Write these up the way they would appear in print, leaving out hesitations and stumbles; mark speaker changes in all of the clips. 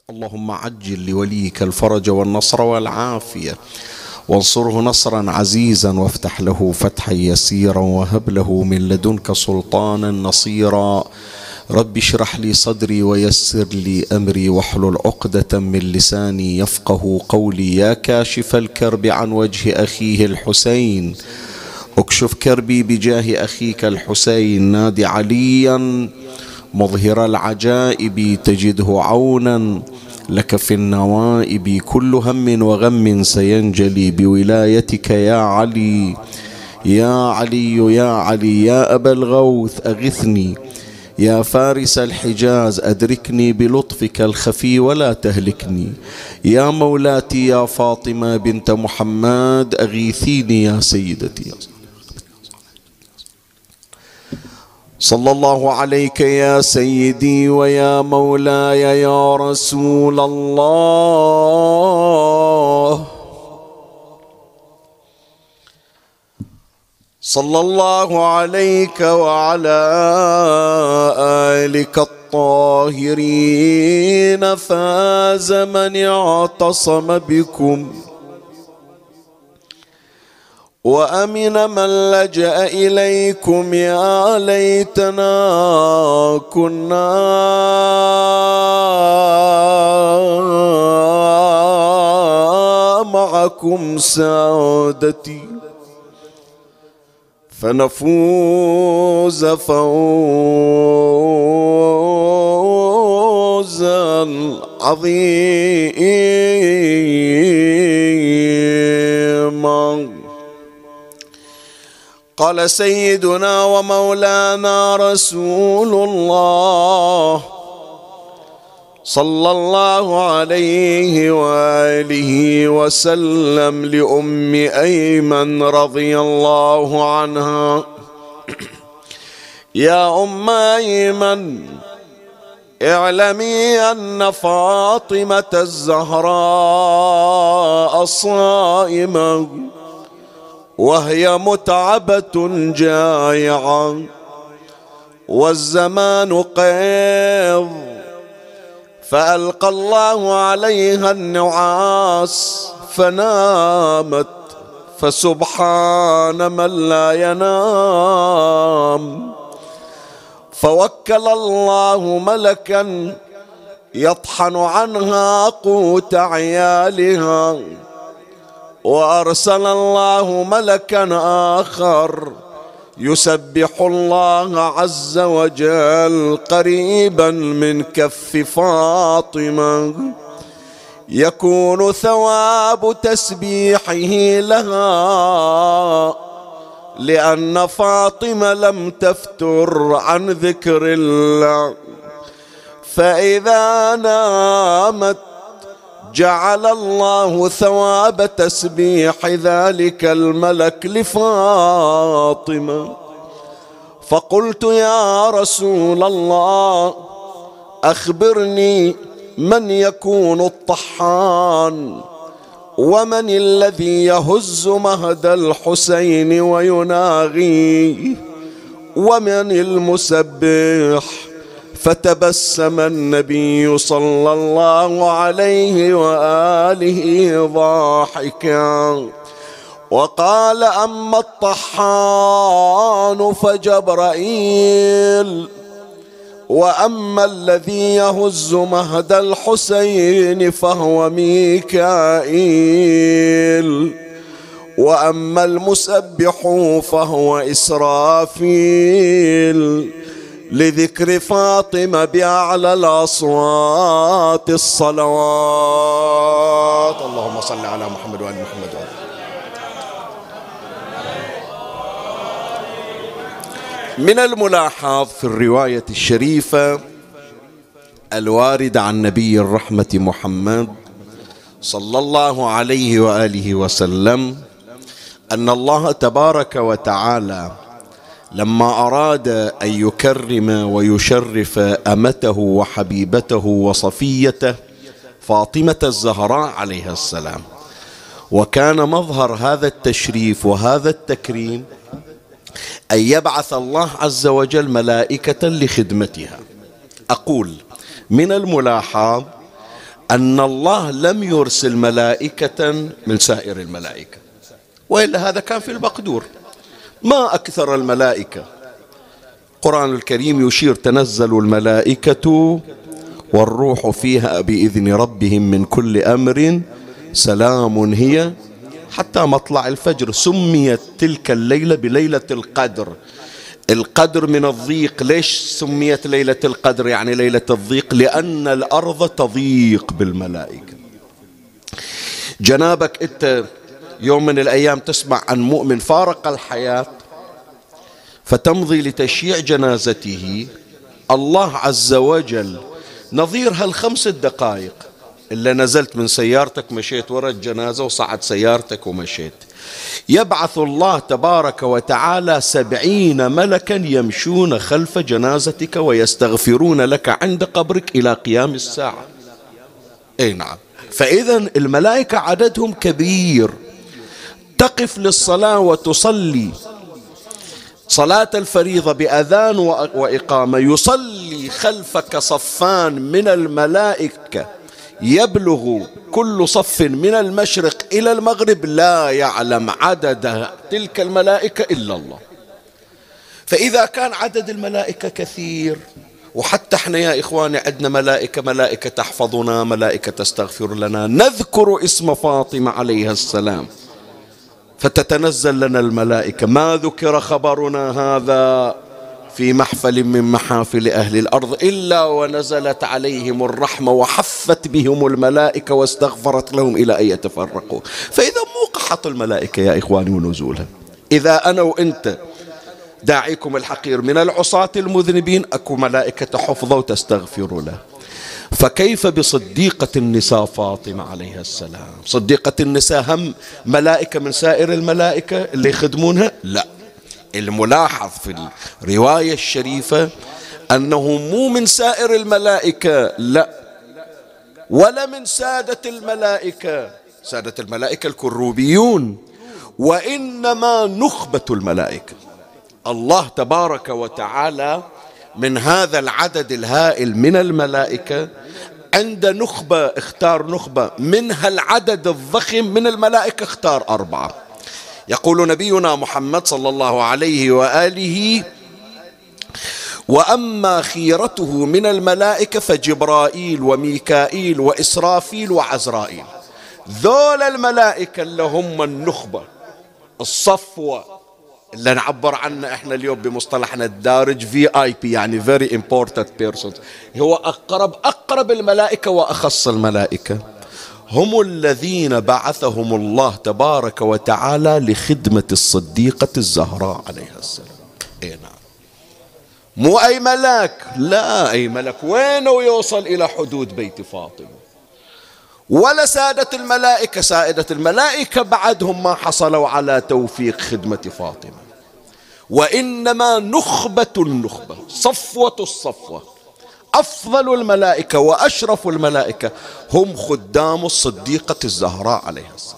Speaker 1: اللهم عجل لوليك الفرج والنصر والعافية، وانصره نصرا عزيزا، وافتح له فتحا يسيرا، وهب له من لدنك سلطانا نصيرا. رب اشرح لي صدري ويسر لي أمري، واحلل عقدة من لساني يفقه قولي. يا كاشف الكرب عن وجه أخيه الحسين، اكشف كربي بجاه أخيك الحسين. نادي عليا مظهر العجائب تجده عونا لك في النوائب. كل هم وغم سينجلي بولايتك يا علي. يا علي يا علي يا أبا الغوث أغثني، يا فارس الحجاز أدركني بلطفك الخفي ولا تهلكني. يا مولاتي يا فاطمة بنت محمد أغيثيني يا سيدتي. صلى الله عليك يا سيدي ويا مولاي يا رسول الله. صلى الله عليك وعلى آلك الطاهرين. فاز من اعتصم بكم، وأمن من لجأ إليكم. يا ليتنا كنا معكم سادتي، فنفوز فوزا عظيما. قال سيدنا ومولانا رسول الله صلى الله عليه وآله وسلم لأم أيمن رضي الله عنها: يا أم أيمن، اعلمي أن فاطمة الزهراء صائمة، وهي متعبة جائعة، والزمان قيض، فألقى الله عليها النعاس فنامت. فسبحان من لا ينام، فوكل الله ملكا يطحن عنها قوت عيالها، وأرسل الله ملكا آخر يسبح الله عز وجل قريبا من كف فاطمة، يكون ثواب تسبيحه لها، لأن فاطمة لم تفتر عن ذكر الله. فإذا نامت جعل الله ثواب تسبيح ذلك الملك لفاطمة. فقلت يا رسول الله، أخبرني من يكون الطحان، ومن الذي يهز مهد الحسين ويناغيه، ومن المسبح؟ فتبسم النبي صلى الله عليه وآله ضاحكا وقال: أما الطحان فجبرائيل، وأما الذي يهز مهد الحسين فهو ميكائيل، وأما المسبح فهو إسرافيل، لذكر فاطمة بأعلى الأصوات الصلوات. اللهم صل على محمد وآل محمد. من الملاحظ في الرواية الشريفة الواردة عن نبي الرحمة محمد صلى الله عليه وآله وسلم أن الله تبارك وتعالى لما أراد أن يكرم ويشرف أمته وحبيبته وصفيته فاطمة الزهراء عليها السلام، وكان مظهر هذا التشريف وهذا التكريم أن يبعث الله عز وجل ملائكة لخدمتها. أقول من الملاحظ أن الله لم يرسل ملائكة من سائر الملائكة، وإلا هذا كان في المقدور. ما أكثر الملائكة. القرآن الكريم يشير: تنزل الملائكة والروح فيها بإذن ربهم من كل أمر سلام هي حتى مطلع الفجر. سميت تلك الليلة بليلة القدر. القدر من الضيق. ليش سميت ليلة القدر يعني ليلة الضيق؟ لأن الأرض تضيق بالملائكة. جنابك أنت يوم من الأيام تسمع عن مؤمن فارق الحياة فتمضي لتشييع جنازته، الله عز وجل نظير هال5 دقائق اللي نزلت من سيارتك مشيت وراء الجنازة وصعد سيارتك ومشيت، يبعث الله تبارك وتعالى 70 ملكا يمشون خلف جنازتك ويستغفرون لك عند قبرك إلى قيام الساعة. أي نعم. فإذا الملائكة عددهم كبير. تقف للصلاة وتصلي صلاة الفريضة بأذان وإقامة، يصلي خلفك صفان من الملائكة يبلغ كل صف من المشرق إلى المغرب، لا يعلم عدد تلك الملائكة إلا الله. فإذا كان عدد الملائكة كثير، وحتى احنا يا إخواني عندنا ملائكة تحفظنا، ملائكة تستغفر لنا، نذكر اسم فاطمة عليها السلام فتتنزل لنا الملائكة. ما ذكر خبرنا هذا في محفل من محافل أهل الأرض إلا ونزلت عليهم الرحمة وحفت بهم الملائكة واستغفرت لهم إلى أن يتفرقوا. فإذا مو قحط الملائكة يا إخواني ونزولها. إذا أنا وإنت داعيكم الحقير من العصاة المذنبين أكو ملائكة حفظة وتستغفر له، فكيف بصديقة النساء فاطمة عليها السلام؟ صديقة النساء هم ملائكة من سائر الملائكة اللي يخدمونها؟ لا. الملاحظ في الرواية الشريفة أنه مو من سائر الملائكة، لا، ولا من سادة الملائكة. سادة الملائكة الكروبيون، وإنما نخبة الملائكة. الله تبارك وتعالى من هذا العدد الهائل من الملائكة عند نخبة، اختار نخبة منها العدد الضخم من الملائكة، اختار 4. يقول نبينا محمد صلى الله عليه وآله: وأما خيرته من الملائكة فجبرائيل وميكائيل وإسرافيل وعزرائيل. ذول الملائكة اللي هم النخبة الصفوة اللي نعبر عنه احنا اليوم بمصطلحنا الدارج VIP، يعني very important persons، هو أقرب الملائكة وأخص الملائكة. هم الذين بعثهم الله تبارك وتعالى لخدمة الصديقة الزهراء عليها السلام. اي نعم. مو أي ملك، لا، أي ملك وينه يوصل إلى حدود بيت فاطمة، ولا سادة الملائكة. سائدة الملائكة بعدهم ما حصلوا على توفيق خدمة فاطمة، وإنما نخبة النخبة، صفوة الصفوة، أفضل الملائكة وأشرف الملائكة هم خدام الصديقة الزهراء عليها السلام.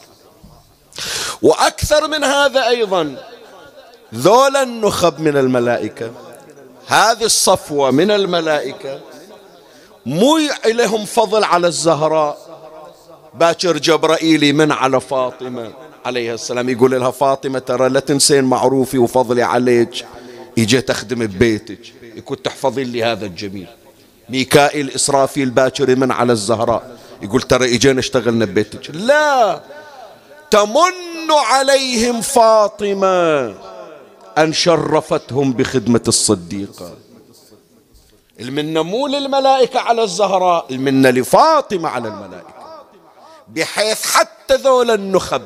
Speaker 1: وأكثر من هذا أيضا، ذول النخب من الملائكة، هذه الصفوة من الملائكة مو لهم فضل على الزهراء. باكر جبرائيل من على فاطمة عليها السلام يقول لها: فاطمة ترى لا تنسين معروفي وفضلي عليك، يجي تخدم ببيتك، يكون تحفظي لي هذا الجميل. ميكائيل إسرافيل باكر من على الزهراء يقول: ترى إجينا اشتغلنا ببيتك. لا، تمن عليهم فاطمة أن شرفتهم بخدمة الصديقة. المنة مو للملائكة على الزهراء، المنة لفاطمة على الملائكة، بحيث حتى ذول النخب،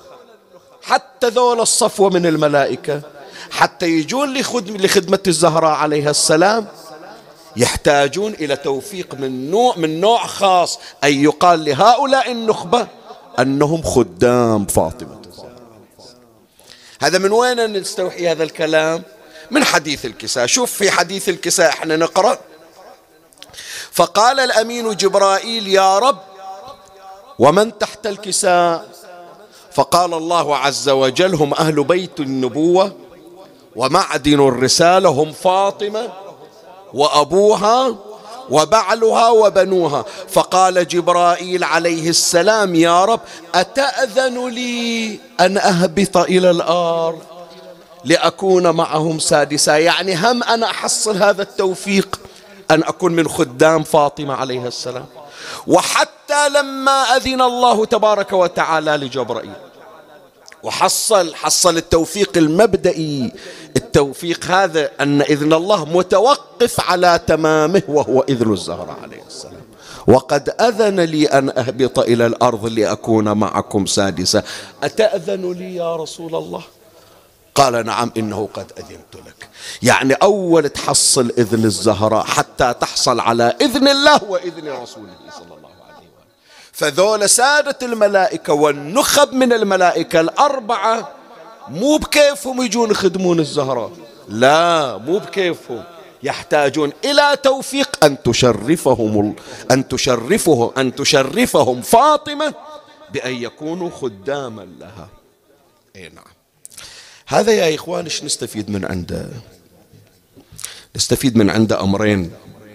Speaker 1: حتى ذول الصفوة من الملائكة، حتى يجون لخدمة الزهراء عليها السلام، يحتاجون إلى توفيق من نوع خاص، أي يقال لهؤلاء النخبة أنهم خدام فاطمة. هذا من وين نستوحي هذا الكلام؟ من حديث الكساء. شوف في حديث الكساء احنا نقرأ: فقال الأمين جبرائيل: يا رب، ومن تحت الكساء؟ فقال الله عز وجل: هم أهل بيت النبوة ومعدن الرسالة، هم فاطمة وأبوها وبعلها وبنوها. فقال جبرائيل عليه السلام: يا رب أتأذن لي أن أهبط إلى الأرض لأكون معهم سادسا؟ يعني هم أنا أحصل هذا التوفيق أن أكون من خدام فاطمة عليها السلام. وحتى لما أذن الله تبارك وتعالى لجبرائيل حصل التوفيق المبدئي، التوفيق هذا أن إذن الله متوقف على تمامه وهو إذن الزهراء عليه السلام. وقد أذن لي أن أهبط إلى الأرض لأكون معكم سادسا، أتأذن لي يا رسول الله؟ قال: نعم، إنه قد أذنت لك. يعني أول تحصل إذن الزهراء حتى تحصل على إذن الله وإذن رسوله صلى الله عليه وسلم. فذول سادة الملائكة والنخب من الملائكة الأربعة مو بكيفهم يجون يخدمون الزهراء، لا، مو بكيفهم، يحتاجون إلى توفيق أن تشرفهم فاطمة بأن يكونوا خداما لها. أي نعم. هذا يا إخوان إيش نستفيد من عنده؟ نستفيد من عنده أمرين.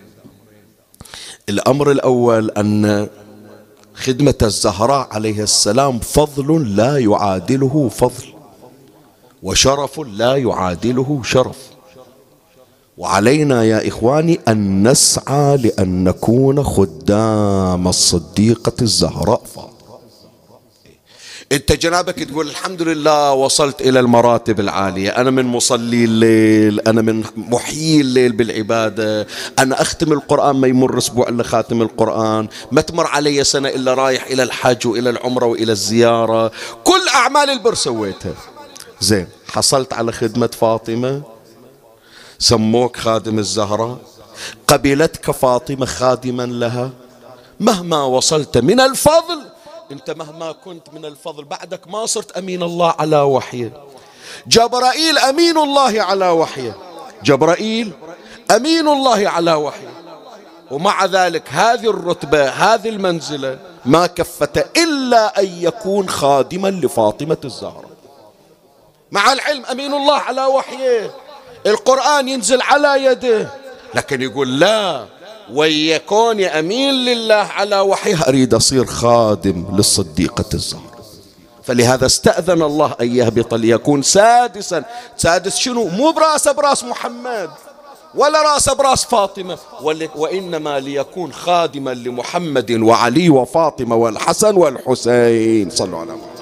Speaker 1: الأمر الأول أن خدمة الزهراء عليه السلام فضل لا يعادله فضل، وشرف لا يعادله شرف. وعلينا يا إخواني أن نسعى لأن نكون خدام الصديقة الزهراء فاطمة. انت جنابك تقول الحمد لله وصلت الى المراتب العالية، انا من مصلي الليل، انا من محيي الليل بالعبادة، انا اختم القرآن ما يمر اسبوع الا خاتم القرآن، ما تمر علي سنة الا رايح الى الحج والى العمرة والى الزيارة، كل اعمال البر سويتها. زين، حصلت على خدمة فاطمة، سموك خادم الزهراء، قبلتك فاطمة خادما لها. مهما وصلت من الفضل، انت مهما كنت من الفضل بعدك ما صرت امين الله على وحيه. جبرائيل امين الله على وحيه، جبرائيل امين الله على وحيه، ومع ذلك هذه الرتبة هذه المنزلة ما كفت الا ان يكون خادما لفاطمة الزهراء. مع العلم امين الله على وحيه، القرآن ينزل على يده، لكن يقول لا، ويكون أمين لله على وحيه، أريد أصير خادم للصديقة الزهراء. فلهذا استأذن الله أن يهبط ليكون سادسا. سادس شنو؟ مو براسه براس محمد ولا راسه براس فاطمة، وإنما ليكون خادما لمحمد وعلي وفاطمة والحسن والحسين. صلوا على محمد.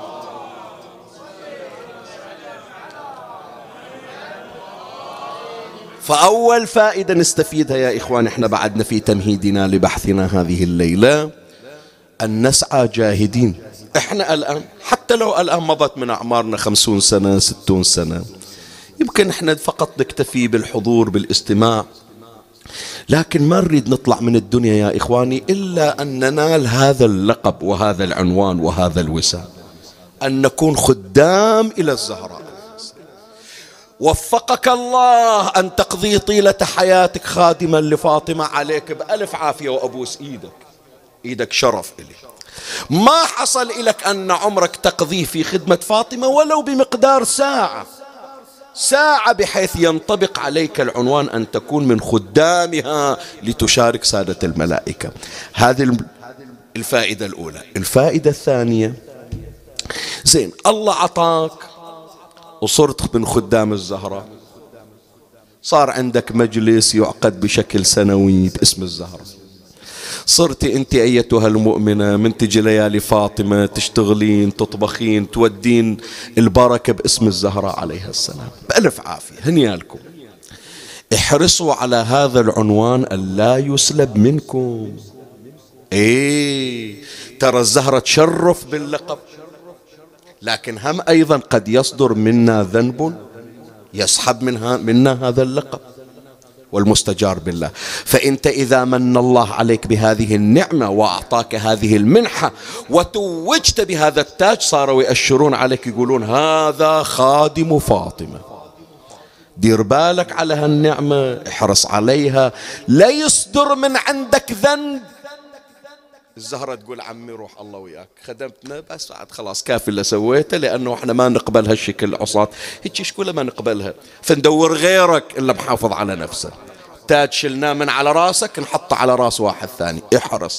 Speaker 1: فأول فائدة نستفيدها يا إخوان، إحنا بعدنا في تمهيدنا لبحثنا هذه الليلة، أن نسعى جاهدين. إحنا الآن حتى لو الآن مضت من أعمارنا 50 سنة 60 سنة، يمكن إحنا فقط نكتفي بالحضور بالاستماع، لكن ما نريد نطلع من الدنيا يا إخواني إلا أن ننال هذا اللقب وهذا العنوان وهذا الوسام، أن نكون خدام إلى الزهراء. وفقك الله أن تقضي طيلة حياتك خادما لفاطمة، عليك بألف عافية وأبوس إيدك شرف إلي. ما حصل إلك أن عمرك تقضيه في خدمة فاطمة ولو بمقدار ساعة بحيث ينطبق عليك العنوان أن تكون من خدامها لتشارك سادة الملائكة. هذه الفائدة الأولى. الفائدة الثانية، زين، الله عطاك وصرت من خدام الزهراء، صار عندك مجلس يعقد بشكل سنوي باسم الزهراء، صرت أنت أيتها المؤمنة من تجي ليالي فاطمة تشتغلين تطبخين تودين البركة باسم الزهراء عليها السلام، بألف عافية، هنيالكم. احرصوا على هذا العنوان أن لا يسلب منكم. ترى الزهرة تشرف باللقب، لكن هم أيضا قد يصدر منا ذنب يسحب منا هذا اللقب والمستجار بالله. فأنت إذا من الله عليك بهذه النعمة وأعطاك هذه المنحة وتوجت بهذا التاج، صاروا يأشرون عليك يقولون هذا خادم فاطمة. دير بالك على هالنعمة، احرص عليها، لا يصدر من عندك ذنب. الزهرة تقول عمي روح الله وياك، خدمتنا بس بعد خلاص كافي اللي سويته، لأنه احنا ما نقبل هالشكل عصاة هيك شكله ما نقبلها، فندور غيرك إلا محافظ على نفسه. تاج شلناه من على راسك نحطه على راس واحد ثاني. احرص،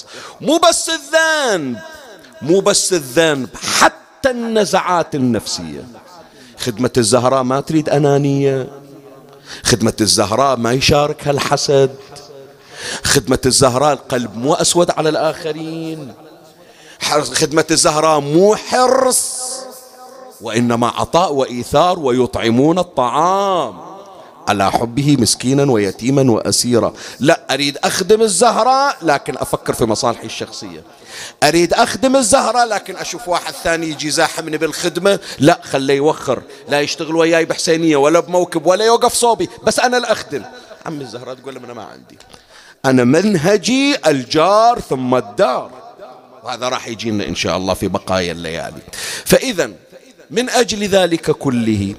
Speaker 1: مو بس الذنب، حتى النزعات النفسية. خدمة الزهراء ما تريد أنانية، خدمة الزهراء ما يشاركها الحسد، خدمة الزهراء القلب مو أسود على الآخرين، خدمة الزهراء مو حرص، وإنما عطاء وإيثار، ويطعمون الطعام على حبه مسكينا ويتيما وأسيرا. لا أريد أخدم الزهراء لكن أفكر في مصالحي الشخصية، أريد أخدم الزهراء لكن أشوف واحد ثاني يجي زاحمني بالخدمة، لا خليه يوخر، لا يشتغل وياي بحسينية ولا بموكب ولا يوقف صوبي، بس أنا الأخدم. عم الزهراء تقول له أنا ما عندي، أنا منهجي الجار ثم الدار، وهذا راح يجينا إن شاء الله في بقايا الليالي. فإذا من أجل ذلك كله،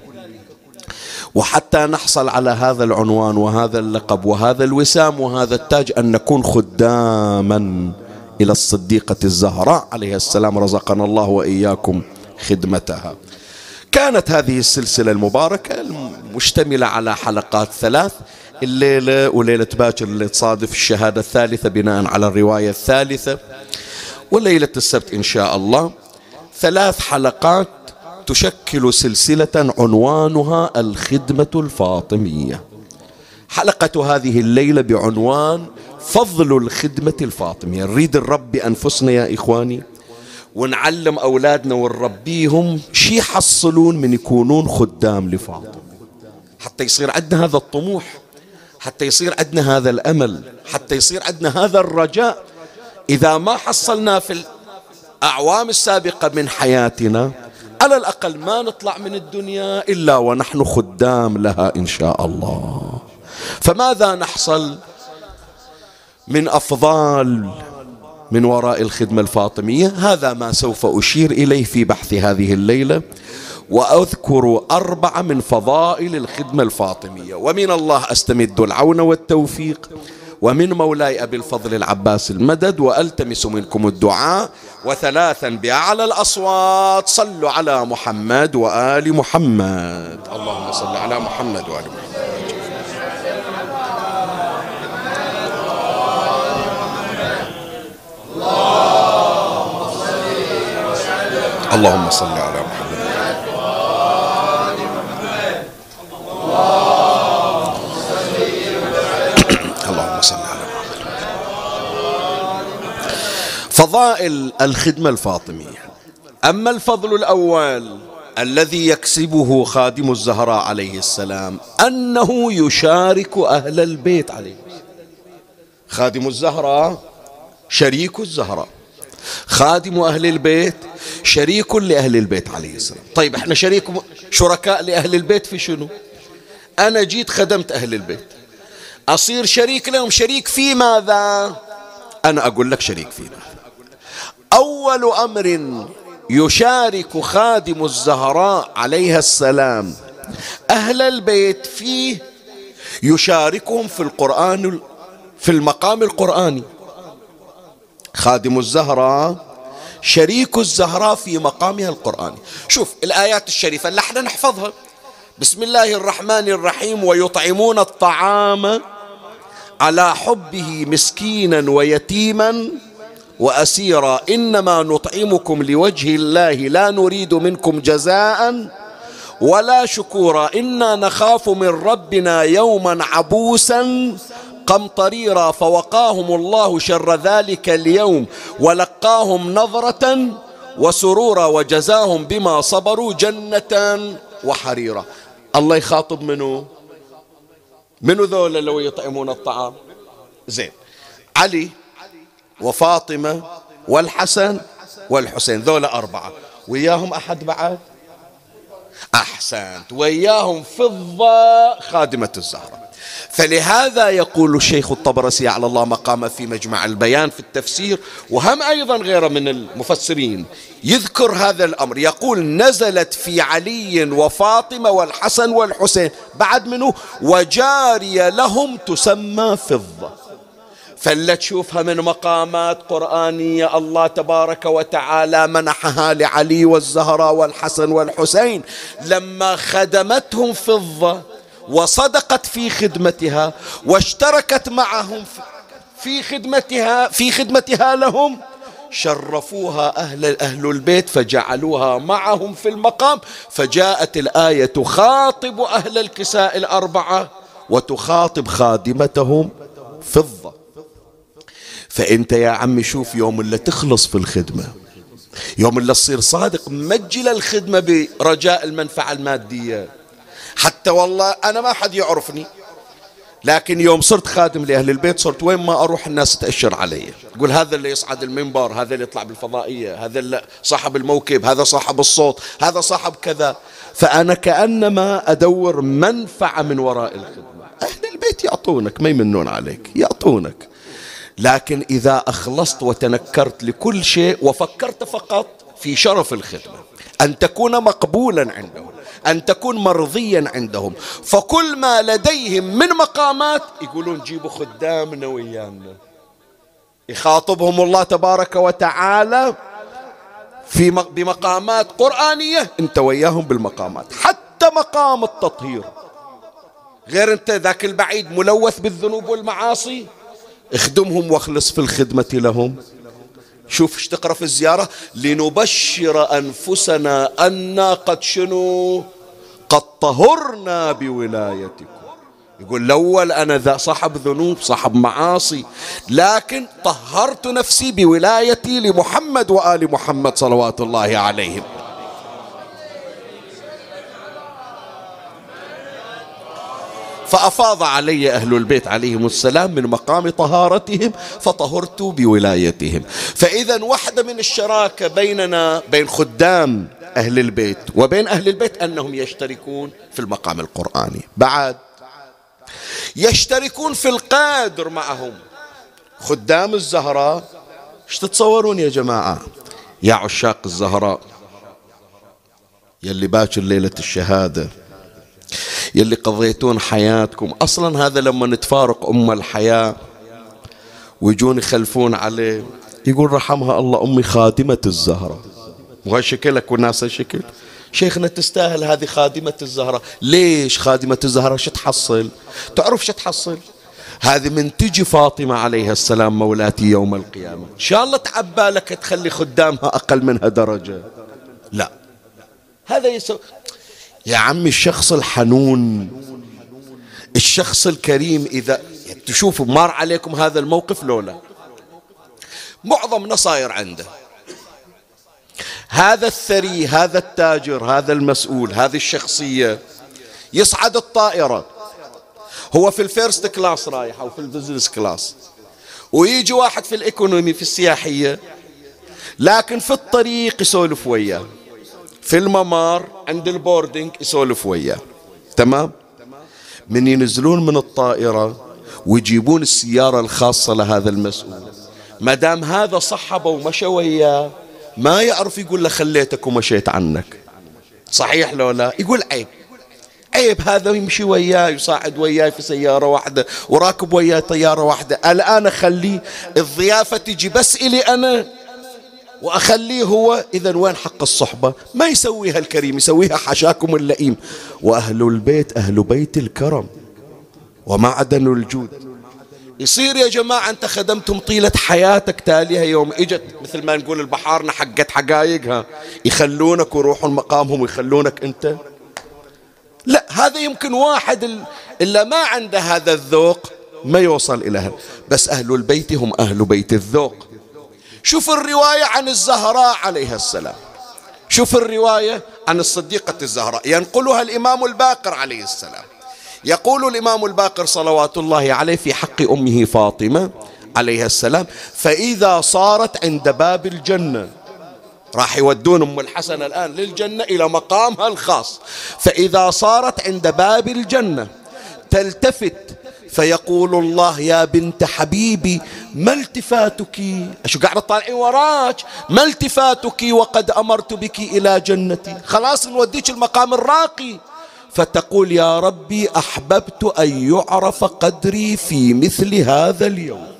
Speaker 1: وحتى نحصل على هذا العنوان وهذا اللقب وهذا الوسام وهذا التاج، أن نكون خداما إلى الصديقة الزهراء عليه السلام، رزقنا الله وإياكم خدمتها. كانت هذه السلسلة المباركة المشتملة على حلقات 3، الليلة وليلة باكر اللي تصادف الشهادة الثالثة بناء على الرواية الثالثة، وليلة السبت إن شاء الله 3 حلقات تشكل سلسلة عنوانها الخدمة الفاطمية. حلقة هذه الليلة بعنوان فضل الخدمة الفاطمية. نريد نربي أنفسنا يا إخواني، ونعلم أولادنا ونربيهم شي يحصلون من يكونون خدام لفاطمة، حتى يصير عندنا هذا الطموح، حتى يصير عندنا هذا الأمل، حتى يصير عندنا هذا الرجاء. إذا ما حصلنا في الأعوام السابقة من حياتنا، على الأقل ما نطلع من الدنيا إلا ونحن خدام لها إن شاء الله. فماذا نحصل من أفضال من وراء الخدمة الفاطمية؟ هذا ما سوف أشير إليه في بحث هذه الليلة، وأذكر 4 من فضائل الخدمة الفاطمية. ومن الله أستمد العون والتوفيق، ومن مولاي أبي الفضل العباس المدد، وألتمس منكم الدعاء. 3 بأعلى الأصوات صلوا على محمد وآل محمد. اللهم صل على محمد وآل محمد. اللهم صل على محمد. اللهم صل على محمد. فضائل الخدمة الفاطمية. أما الفضل الأول الذي يكسبه خادم الزهراء عليه السلام، أنه يشارك أهل البيت عليه. خادم الزهراء شريك الزهراء، خادم أهل البيت شريك لأهل البيت عليه السلام. طيب احنا شركاء لأهل البيت في شنو؟ أنا جيت خدمت أهل البيت، أصير شريك لهم. شريك في ماذا؟ أنا أقول لك شريك فينا. أول أمر يشارك خادم الزهراء عليها السلام أهل البيت فيه، يشاركهم في القرآن، في المقام القرآني. خادم الزهراء شريك الزهراء في مقامها القرآني. شوف الآيات الشريفة اللي احنا نحفظها: بسم الله الرحمن الرحيم، ويطعمون الطعام على حبه مسكينا ويتيما وأسيرا، إنما نطعمكم لوجه الله لا نريد منكم جزاء ولا شكورا، إنا نخاف من ربنا يوما عبوسا قمطريرا، فوقاهم الله شر ذلك اليوم ولقاهم نظرة وسرورا وجزاهم بما صبروا جنة وحريرا. الله يخاطب منو ذولا لو يطعمون الطعام؟ زين، علي وفاطمة والحسن والحسين، ذولا 4، وياهم أحد بعد؟ أحسنت، وياهم فضة خادمة الزهراء. فلهذا يقول الشيخ الطبرسي على الله مقامه في مجمع البيان في التفسير، وهم أيضا غيره من المفسرين يذكر هذا الأمر، يقول: نزلت في علي وفاطمة والحسن والحسين، بعد منه وجارية لهم تسمى فضة. فلا تشوفها من مقامات قرآنية الله تبارك وتعالى منحها لعلي والزهراء والحسن والحسين لما خدمتهم فضة وصدقت في خدمتها واشتركت معهم في خدمتها لهم، شرفوها أهل البيت فجعلوها معهم في المقام، فجاءت الآية تخاطب أهل الكساء الأربعة وتخاطب خادمتهم فضة. فأنت يا عمي شوف، يوم اللي تخلص في الخدمة، يوم اللي تصير صادق مجل الخدمة برجاء المنفعة المادية، حتى والله أنا ما حد يعرفني، لكن يوم صرت خادم لأهل البيت صرت وين ما أروح الناس تأشر علي، يقول هذا اللي يصعد المنبر، هذا اللي يطلع بالفضائية، هذا اللي صاحب الموكب، هذا صاحب الصوت، هذا صاحب كذا. فأنا كأنما أدور منفعة من وراء الخدمة. أهل البيت يعطونك، ما يمنون عليك، يعطونك، لكن إذا أخلصت وتنكرت لكل شيء وفكرت فقط في شرف الخدمة، أن تكون مقبولا عندهم، أن تكون مرضيا عندهم، فكل ما لديهم من مقامات يقولون جيبوا خدامنا ويانا، يخاطبهم الله تبارك وتعالى بمقامات قرآنية، انت وياهم بالمقامات، حتى مقام التطهير، غير انت ذاك البعيد ملوث بالذنوب والمعاصي، اخدمهم واخلص في الخدمة لهم. شوف ايش تقرأ في الزيارة، لنبشر أنفسنا أنا قد شنو قد طهرنا بولايتكم. يقول الأول أنا صاحب ذنوب صاحب معاصي، لكن طهرت نفسي بولايتي لمحمد وآل محمد صلوات الله عليهم. فأفاض علي أهل البيت عليهم السلام من مقام طهارتهم فطهرت بولايتهم. فإذا واحدة من الشراكة بيننا بين خدام أهل البيت وبين أهل البيت أنهم يشتركون في المقام القرآني، بعد يشتركون في القدر معهم. خدام الزهراء ايش تتصورون يا جماعة يا عشاق الزهراء، يلي باكر ليلة الشهادة، يلي قضيتون حياتكم، أصلا هذا لما نتفارق أم الحياة ويجون يخلفون عليه يقول رحمها الله أمي خادمة الزهرة، وهي شكلك والناس شكل. شيخنا تستاهل هذه خادمة الزهرة. ليش خادمة الزهرة؟ شو تحصل؟ تعرف شو تحصل؟ هذه من تجي فاطمة عليها السلام مولاتي يوم القيامة إن شاء الله تعبى لك تخلي خدامها أقل منها درجة، لا، هذا يسوي يا عمي الشخص الحنون الشخص الكريم. إذا تشوفوا مر عليكم هذا الموقف لولا معظم نصاير عنده، هذا الثري هذا التاجر هذا المسؤول هذه الشخصية يصعد الطائرة، هو في الفيرست كلاس رايح أو في البزنس كلاس، ويجي واحد في الإيكونومي في السياحية، لكن في الطريق يسولف وياه، في الممر عند البوردينج يسولف وياه، تمام. من ينزلون من الطائرة ويجيبون السيارة الخاصة لهذا المسؤول، ما دام هذا صحبه ومشى وياه ما يعرف يقول له خليتك ومشيت عنك، صحيح لو لا؟ يقول عيب هذا يمشي وياه يصاعد وياه في سيارة واحدة وراكب وياه طيارة واحدة، الآن أخليه الضيافة تجي بس إلي أنا وأخليه هو. إذن وين حق الصحبة؟ ما يسويها الكريم، يسويها حشاكم اللئيم. وأهل البيت أهل بيت الكرم ومعدن الجود. يصير يا جماعة أنت خدمتم طيلة حياتك، تاليها يوم إجت مثل ما نقول البحارنا حقت حقايقها يخلونك ويروحون مقامهم ويخلونك أنت، لا، هذا يمكن واحد إلا ما عنده هذا الذوق ما يوصل إلى هذا، بس أهل البيت هم أهل بيت الذوق. شوف الرواية عن الزهراء عليها السلام، شوف الرواية عن الصديقة الزهراء ينقلها الإمام الباقر عليه السلام. يقول الإمام الباقر صلوات الله عليه في حق أمه فاطمة عليها السلام: فإذا صارت عند باب الجنة، راح يودون أم الحسن الآن للجنة إلى مقامها الخاص، فإذا صارت عند باب الجنة تلتفت فيقول الله: يا بنت حبيبي ما التفاتك، شو قاعدة طالعين وراك، ما التفاتك وقد أمرت بك إلى جنتي، خلاص نوديك المقام الراقي. فتقول: يا ربي أحببت أن يعرف قدري في مثل هذا اليوم.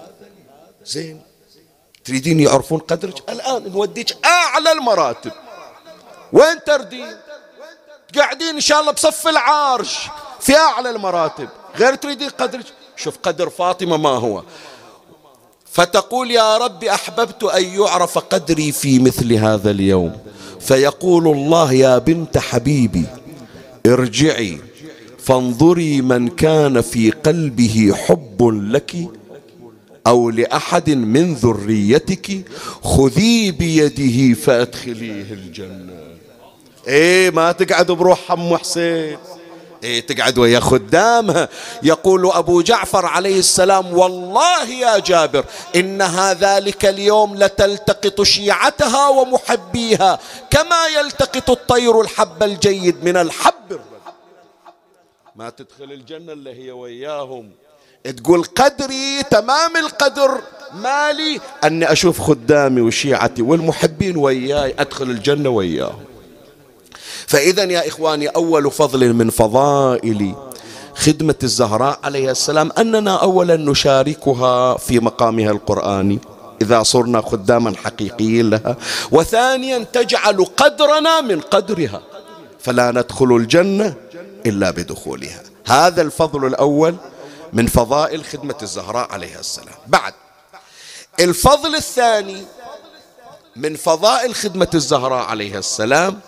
Speaker 1: زين، تريدين يعرفون قدرك؟ الآن نوديك أعلى المراتب. وين تردين؟ قاعدين إن شاء الله بصف العرش، في أعلى المراتب، غير تريدين قدرك. شوف قدر فاطمة ما هو. فتقول يا رب أحببت أن يعرف قدري في مثل هذا اليوم، فيقول الله يا بنت حبيبي ارجعي فانظري من كان في قلبه حب لك أو لأحد من ذريتك خذي بيده فأدخليه الجنة. إيه ما تقعد بروح أم حسين، إيه تقعد ويا خدامها. يقول أبو جعفر عليه السلام والله يا جابر إنها ذلك اليوم لتلتقط شيعتها ومحبيها كما يلتقط الطير الحب الجيد من الحب. ما تدخل الجنة اللي هي وياهم. تقول قدري تمام القدر مالي أني أشوف خدامي وشيعتي والمحبين وياي أدخل الجنة وياهم. فإذا يا إخواني أول فضل من فضائل خدمة الزهراء عليه السلام أننا أولا نشاركها في مقامها القرآني إذا صرنا خداما حقيقيين لها، وثانيا تجعل قدرنا من قدرها فلا ندخل الجنة إلا بدخولها. هذا الفضل الأول من فضائل خدمة الزهراء عليه السلام. بعد الفضل الثاني من فضائل خدمة الزهراء عليه السلام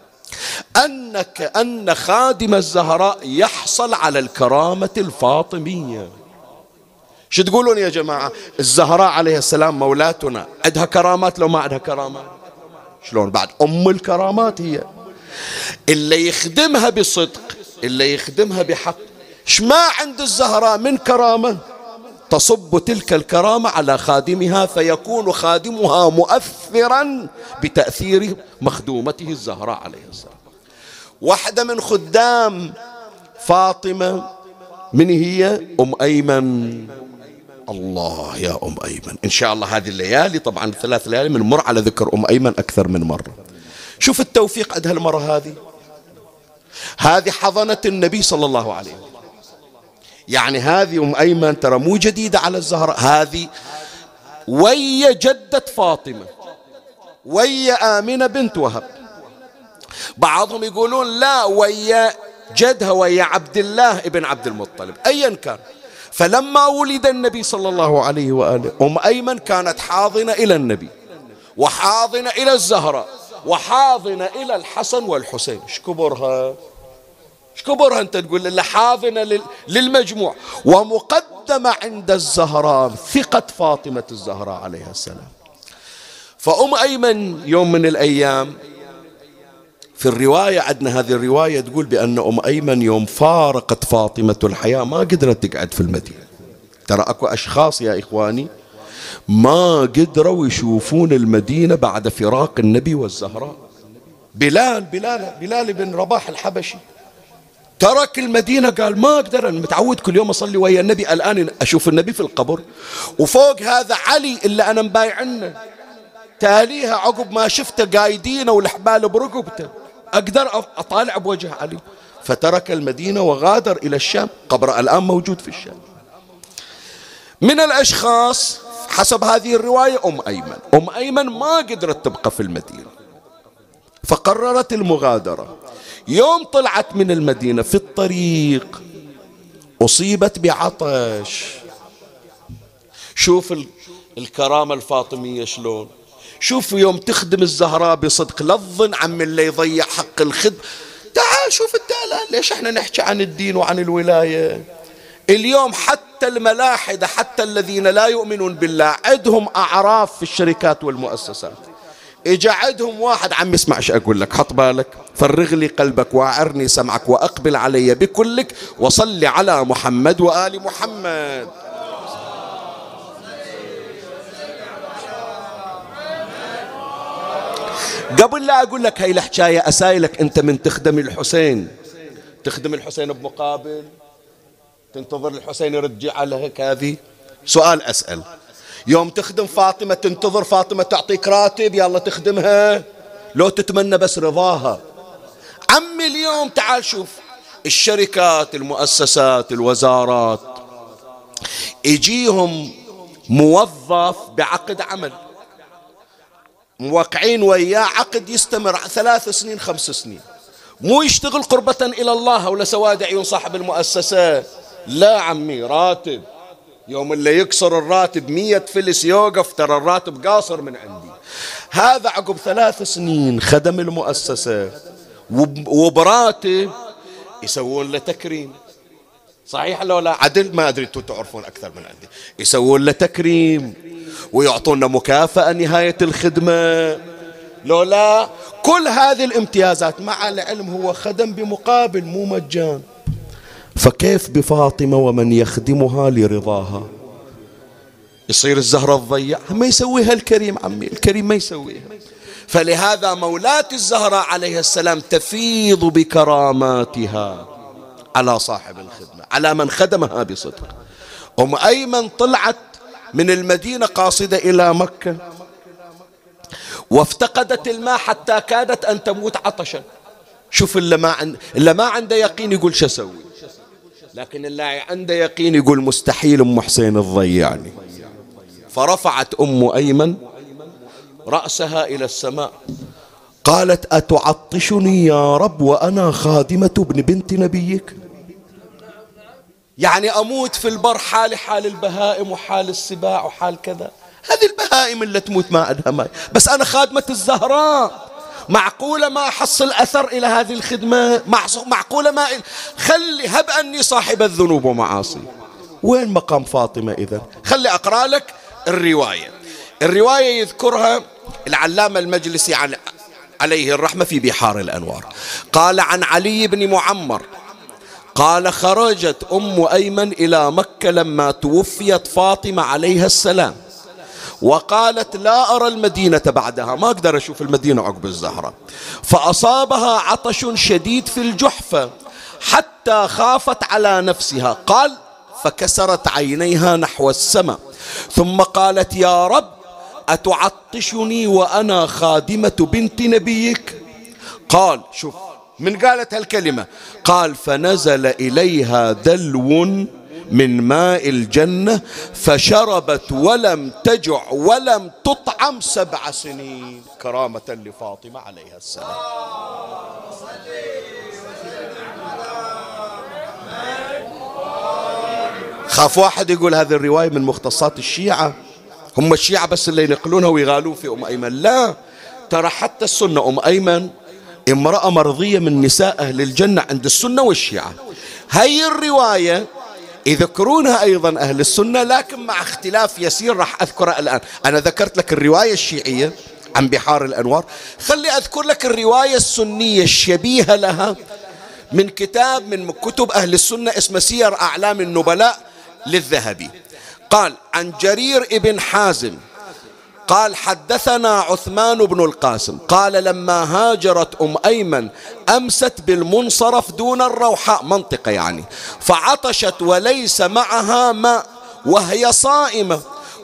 Speaker 1: أن خادم الزهراء يحصل على الكرامة الفاطمية. شو تقولون يا جماعة؟ الزهراء عليه السلام مولاتنا عندها كرامات لو ما عندها كرامات؟ شلون بعد أم الكرامات هي اللي يخدمها بصدق، اللي يخدمها بحق. ما عند الزهراء من كرامة تصب تلك الكرامة على خادمها فيكون خادمها مؤثرا بتأثير مخدومته الزهراء عليه السلام. واحدة من خدام فاطمة من هي؟ أم أيمن. الله يا أم أيمن، إن شاء الله هذه الليالي طبعا 3 ليالي بنمر على ذكر أم أيمن أكثر من مرة. شوف التوفيق عند هالمرة هذه حضنة النبي صلى الله عليه وسلم. يعني هذه أم أيمن ترى مو جديدة على الزهراء، هذه ويا جدة فاطمة ويا آمنة بنت وهب. بعضهم يقولون لا ويا جدها ويا عبد الله ابن عبد المطلب، أيا كان. فلما ولد النبي صلى الله عليه وآله أم أيمن كانت حاضنة إلى النبي وحاضنة إلى الزهراء وحاضنة إلى الحسن والحسين. ايش كبرها أنت تقول اللي حاضنة للمجموع، ومقدمة عند الزهراء ثقة فاطمة الزهراء عليها السلام. فأم أيمن يوم من الأيام في الرواية عندنا هذه الرواية تقول بأن أم أيمن يوم فارقت فاطمة الحياة ما قدرت تقعد في المدينة. ترى أكو أشخاص يا إخواني ما قدروا يشوفون المدينة بعد فراق النبي والزهراء. بلال بن رباح الحبشي ترك المدينة، قال ما أقدر، أنا متعود كل يوم أصلي ويا النبي، الآن أشوف النبي في القبر، وفوق هذا علي اللي أنا مبايعنه تاليها عقب ما شفته قايدينه والحبال برقبته، أقدر أطالع بوجه علي. فترك المدينة وغادر إلى الشام، قبره الآن موجود في الشام. من الأشخاص حسب هذه الرواية أم أيمن ما قدرت تبقى في المدينة فقررت المغادرة. يوم طلعت من المدينة في الطريق أصيبت بعطش. شوف الكرامة الفاطمية شلون. شوف يوم تخدم الزهراء بصدق، لا تظن عم اللي يضيع حق الخدمة. تعال شوف انت الآن ليش احنا نحكي عن الدين وعن الولاية. اليوم حتى الملاحدة حتى الذين لا يؤمنون بالله عندهم أعراف في الشركات والمؤسسات. إجا عندهم واحد عم يسمع ايش أقول لك، حط بالك، فرغ لي قلبك وأعرني سمعك وأقبل علي بكلك وصل على محمد وآل محمد. قبل لا أقول لك هاي الحكاية أسايلك أنت من تخدم الحسين بمقابل تنتظر الحسين يرجع على هذه. سؤال أسأل، يوم تخدم فاطمة تنتظر فاطمة تعطيك راتب يلا تخدمها، لو تتمنى بس رضاها؟ عمي اليوم تعال شوف الشركات المؤسسات الوزارات يجيهم موظف بعقد عمل موقعين وياه عقد يستمر 3 سنين 5 سنين، مو يشتغل قربة إلى الله ولا سواد عيون صاحب المؤسسة، لا عمي، راتب يوم اللي يكسر الراتب 100 فلس يوقف، ترى الراتب قاصر من عندي. هذا عقب 3 سنين خدم المؤسسة وبراتب يسوون له تكريم، صحيح لو لا عدل؟ ما أدري، أنتم تعرفون أكثر من عندي. يسوون له تكريم ويعطونا مكافأة نهاية الخدمة، لو لا كل هذه الامتيازات، مع العلم هو خدم بمقابل مو مجان. فكيف بفاطمة ومن يخدمها لرضاها؟ يصير الزهرة تضيع؟ ما يسويها الكريم عمي، الكريم ما يسويها. فلهذا مولاة الزهراء عليه السلام تفيض بكراماتها على صاحب الخدمة، على من خدمها بصدق. أم أيمن طلعت من المدينة قاصدة إلى مكة وافتقدت الماء حتى كادت أن تموت عطشا. شوف اللي ما عنده يقين يقول شو أسوي، لكن اللي عنده يقين يقول مستحيل أم حسين تضيعني. فرفعت أم أيمن رأسها إلى السماء قالت أتعطشني يا رب وأنا خادمة ابن بنت نبيك؟ يعني أموت في البر حالي حال البهائم وحال السباع وحال كذا. هذه البهائم اللي تموت ما عندها ماء، بس أنا خادمة الزهراء، معقولة ما أحصل أثر إلى هذه الخدمة؟ معقولة ما خلي هب أني صاحب الذنوب ومعاصي. وين مقام فاطمة إذن؟ خلي أقرأ لك الرواية يذكرها العلامة المجلسي عليه الرحمة في بحار الأنوار. قال عن علي بن معمر قال خرجت أم أيمن إلى مكة لما توفيت فاطمة عليها السلام، وقالت لا أرى المدينة بعدها، ما أقدر أشوف المدينة عقب الزهرة، فأصابها عطش شديد في الجحفة حتى خافت على نفسها. قال فكسرت عينيها نحو السماء ثم قالت يا رب أتعطشني وأنا خادمة بنت نبيك؟ قال شوف من قالت هالكلمة، قال فنزل إليها دلو من ماء الجنة فشربت ولم تجع ولم تطعم 7 سنين كرامة لفاطمة عليها السلام. خاف واحد يقول هذه الرواية من مختصات الشيعة، هم الشيعة بس اللي ينقلونها ويغالون في أم أيمن. لا، ترى حتى السنة أم أيمن امرأة مرضية من نساء أهل الجنة عند السنة والشيعة. هاي الرواية يذكرونها أيضا أهل السنة، لكن مع اختلاف يسير راح أذكرها الآن. أنا ذكرت لك الرواية الشيعية عن بحار الأنوار، خلي أذكر لك الرواية السنية الشبيهة لها من كتاب من كتب أهل السنة اسمه سير أعلام النبلاء للذهبي. قال عن جرير ابن حازم قال حدثنا عثمان بن القاسم قال لما هاجرت أم أيمن أمست بالمنصرف دون الروحاء، منطقة يعني، فعطشت وليس معها ماء وهي صائمة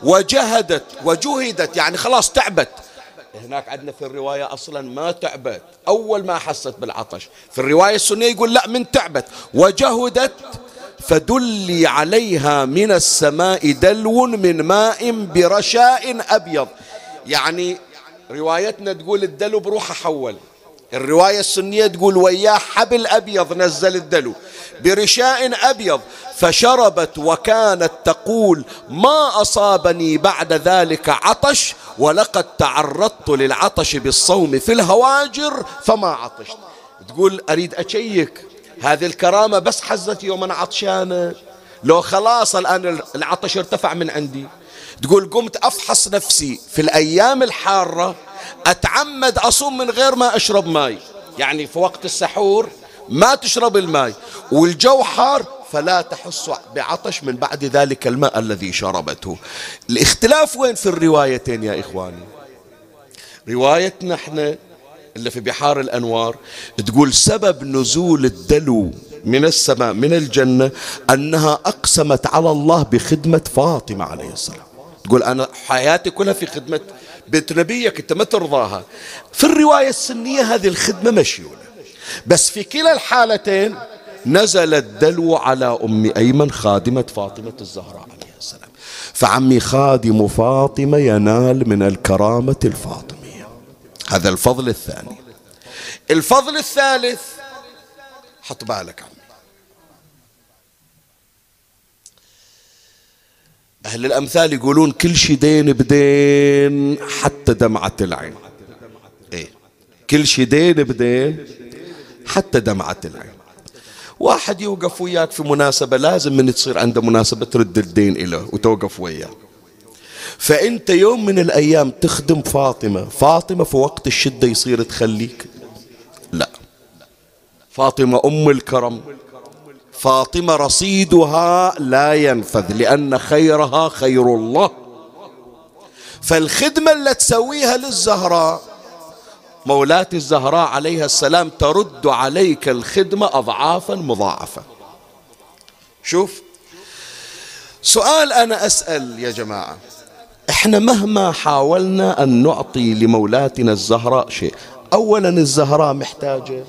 Speaker 1: وجهدت يعني خلاص تعبت. هناك عندنا في الرواية أصلا ما تعبت، أول ما حست بالعطش. في الرواية السنية يقول لا، من تعبت وجهدت فدلي عليها من السماء دلو من ماء برشاء أبيض. يعني روايتنا تقول الدلو بروحه حول، الرواية السنية تقول وياه حبل أبيض نزل الدلو برشاء أبيض فشربت، وكانت تقول ما أصابني بعد ذلك عطش ولقد تعرضت للعطش بالصوم في الهواجر فما عطشت. تقول أريد أشيك هذه الكرامة بس حزت يوم أنا عطشانة، لو خلاص الآن العطش ارتفع من عندي. تقول قمت أفحص نفسي في الأيام الحارة أتعمد أصوم من غير ما أشرب ماء، يعني في وقت السحور ما تشرب الماء والجو حار فلا تحس بعطش من بعد ذلك الماء الذي شربته. الاختلاف وين في الروايتين يا إخواني؟ روايتنا احنا اللي في بحار الأنوار تقول سبب نزول الدلو من السماء من الجنة أنها أقسمت على الله بخدمة فاطمة عليه السلام. تقول أنا حياتي كلها في خدمة بنت نبيك، أنت ما ترضاها. في الرواية السنية هذه الخدمة مشيونة، بس في كلا الحالتين نزل الدلو على أم أيمن خادمة فاطمة الزهراء عليه السلام. فعمي خادم فاطمة ينال من الكرامة الفاطمية. هذا الفضل الثاني. الفضل الثالث حط بالك عمي. أهل الأمثال يقولون كل شي دين بدين حتى دمعة العين. إيه، كل شي دين بدين حتى دمعة العين. واحد يوقف وياك في مناسبة، لازم من تصير عنده مناسبة ترد الدين إله وتوقف وياه. فأنت يوم من الأيام تخدم فاطمة، فاطمة في وقت الشدة يصير تخليك؟ لا، فاطمة أم الكرم، فاطمة رصيدها لا ينفذ، لأن خيرها خير الله. فالخدمة اللي تسويها للزهراء مولاة الزهراء عليها السلام ترد عليك الخدمة أضعافا مضاعفة. شوف، سؤال أنا أسأل يا جماعة، إحنا مهما حاولنا أن نعطي لمولاتنا الزهراء شيء، أولا الزهراء محتاجة؟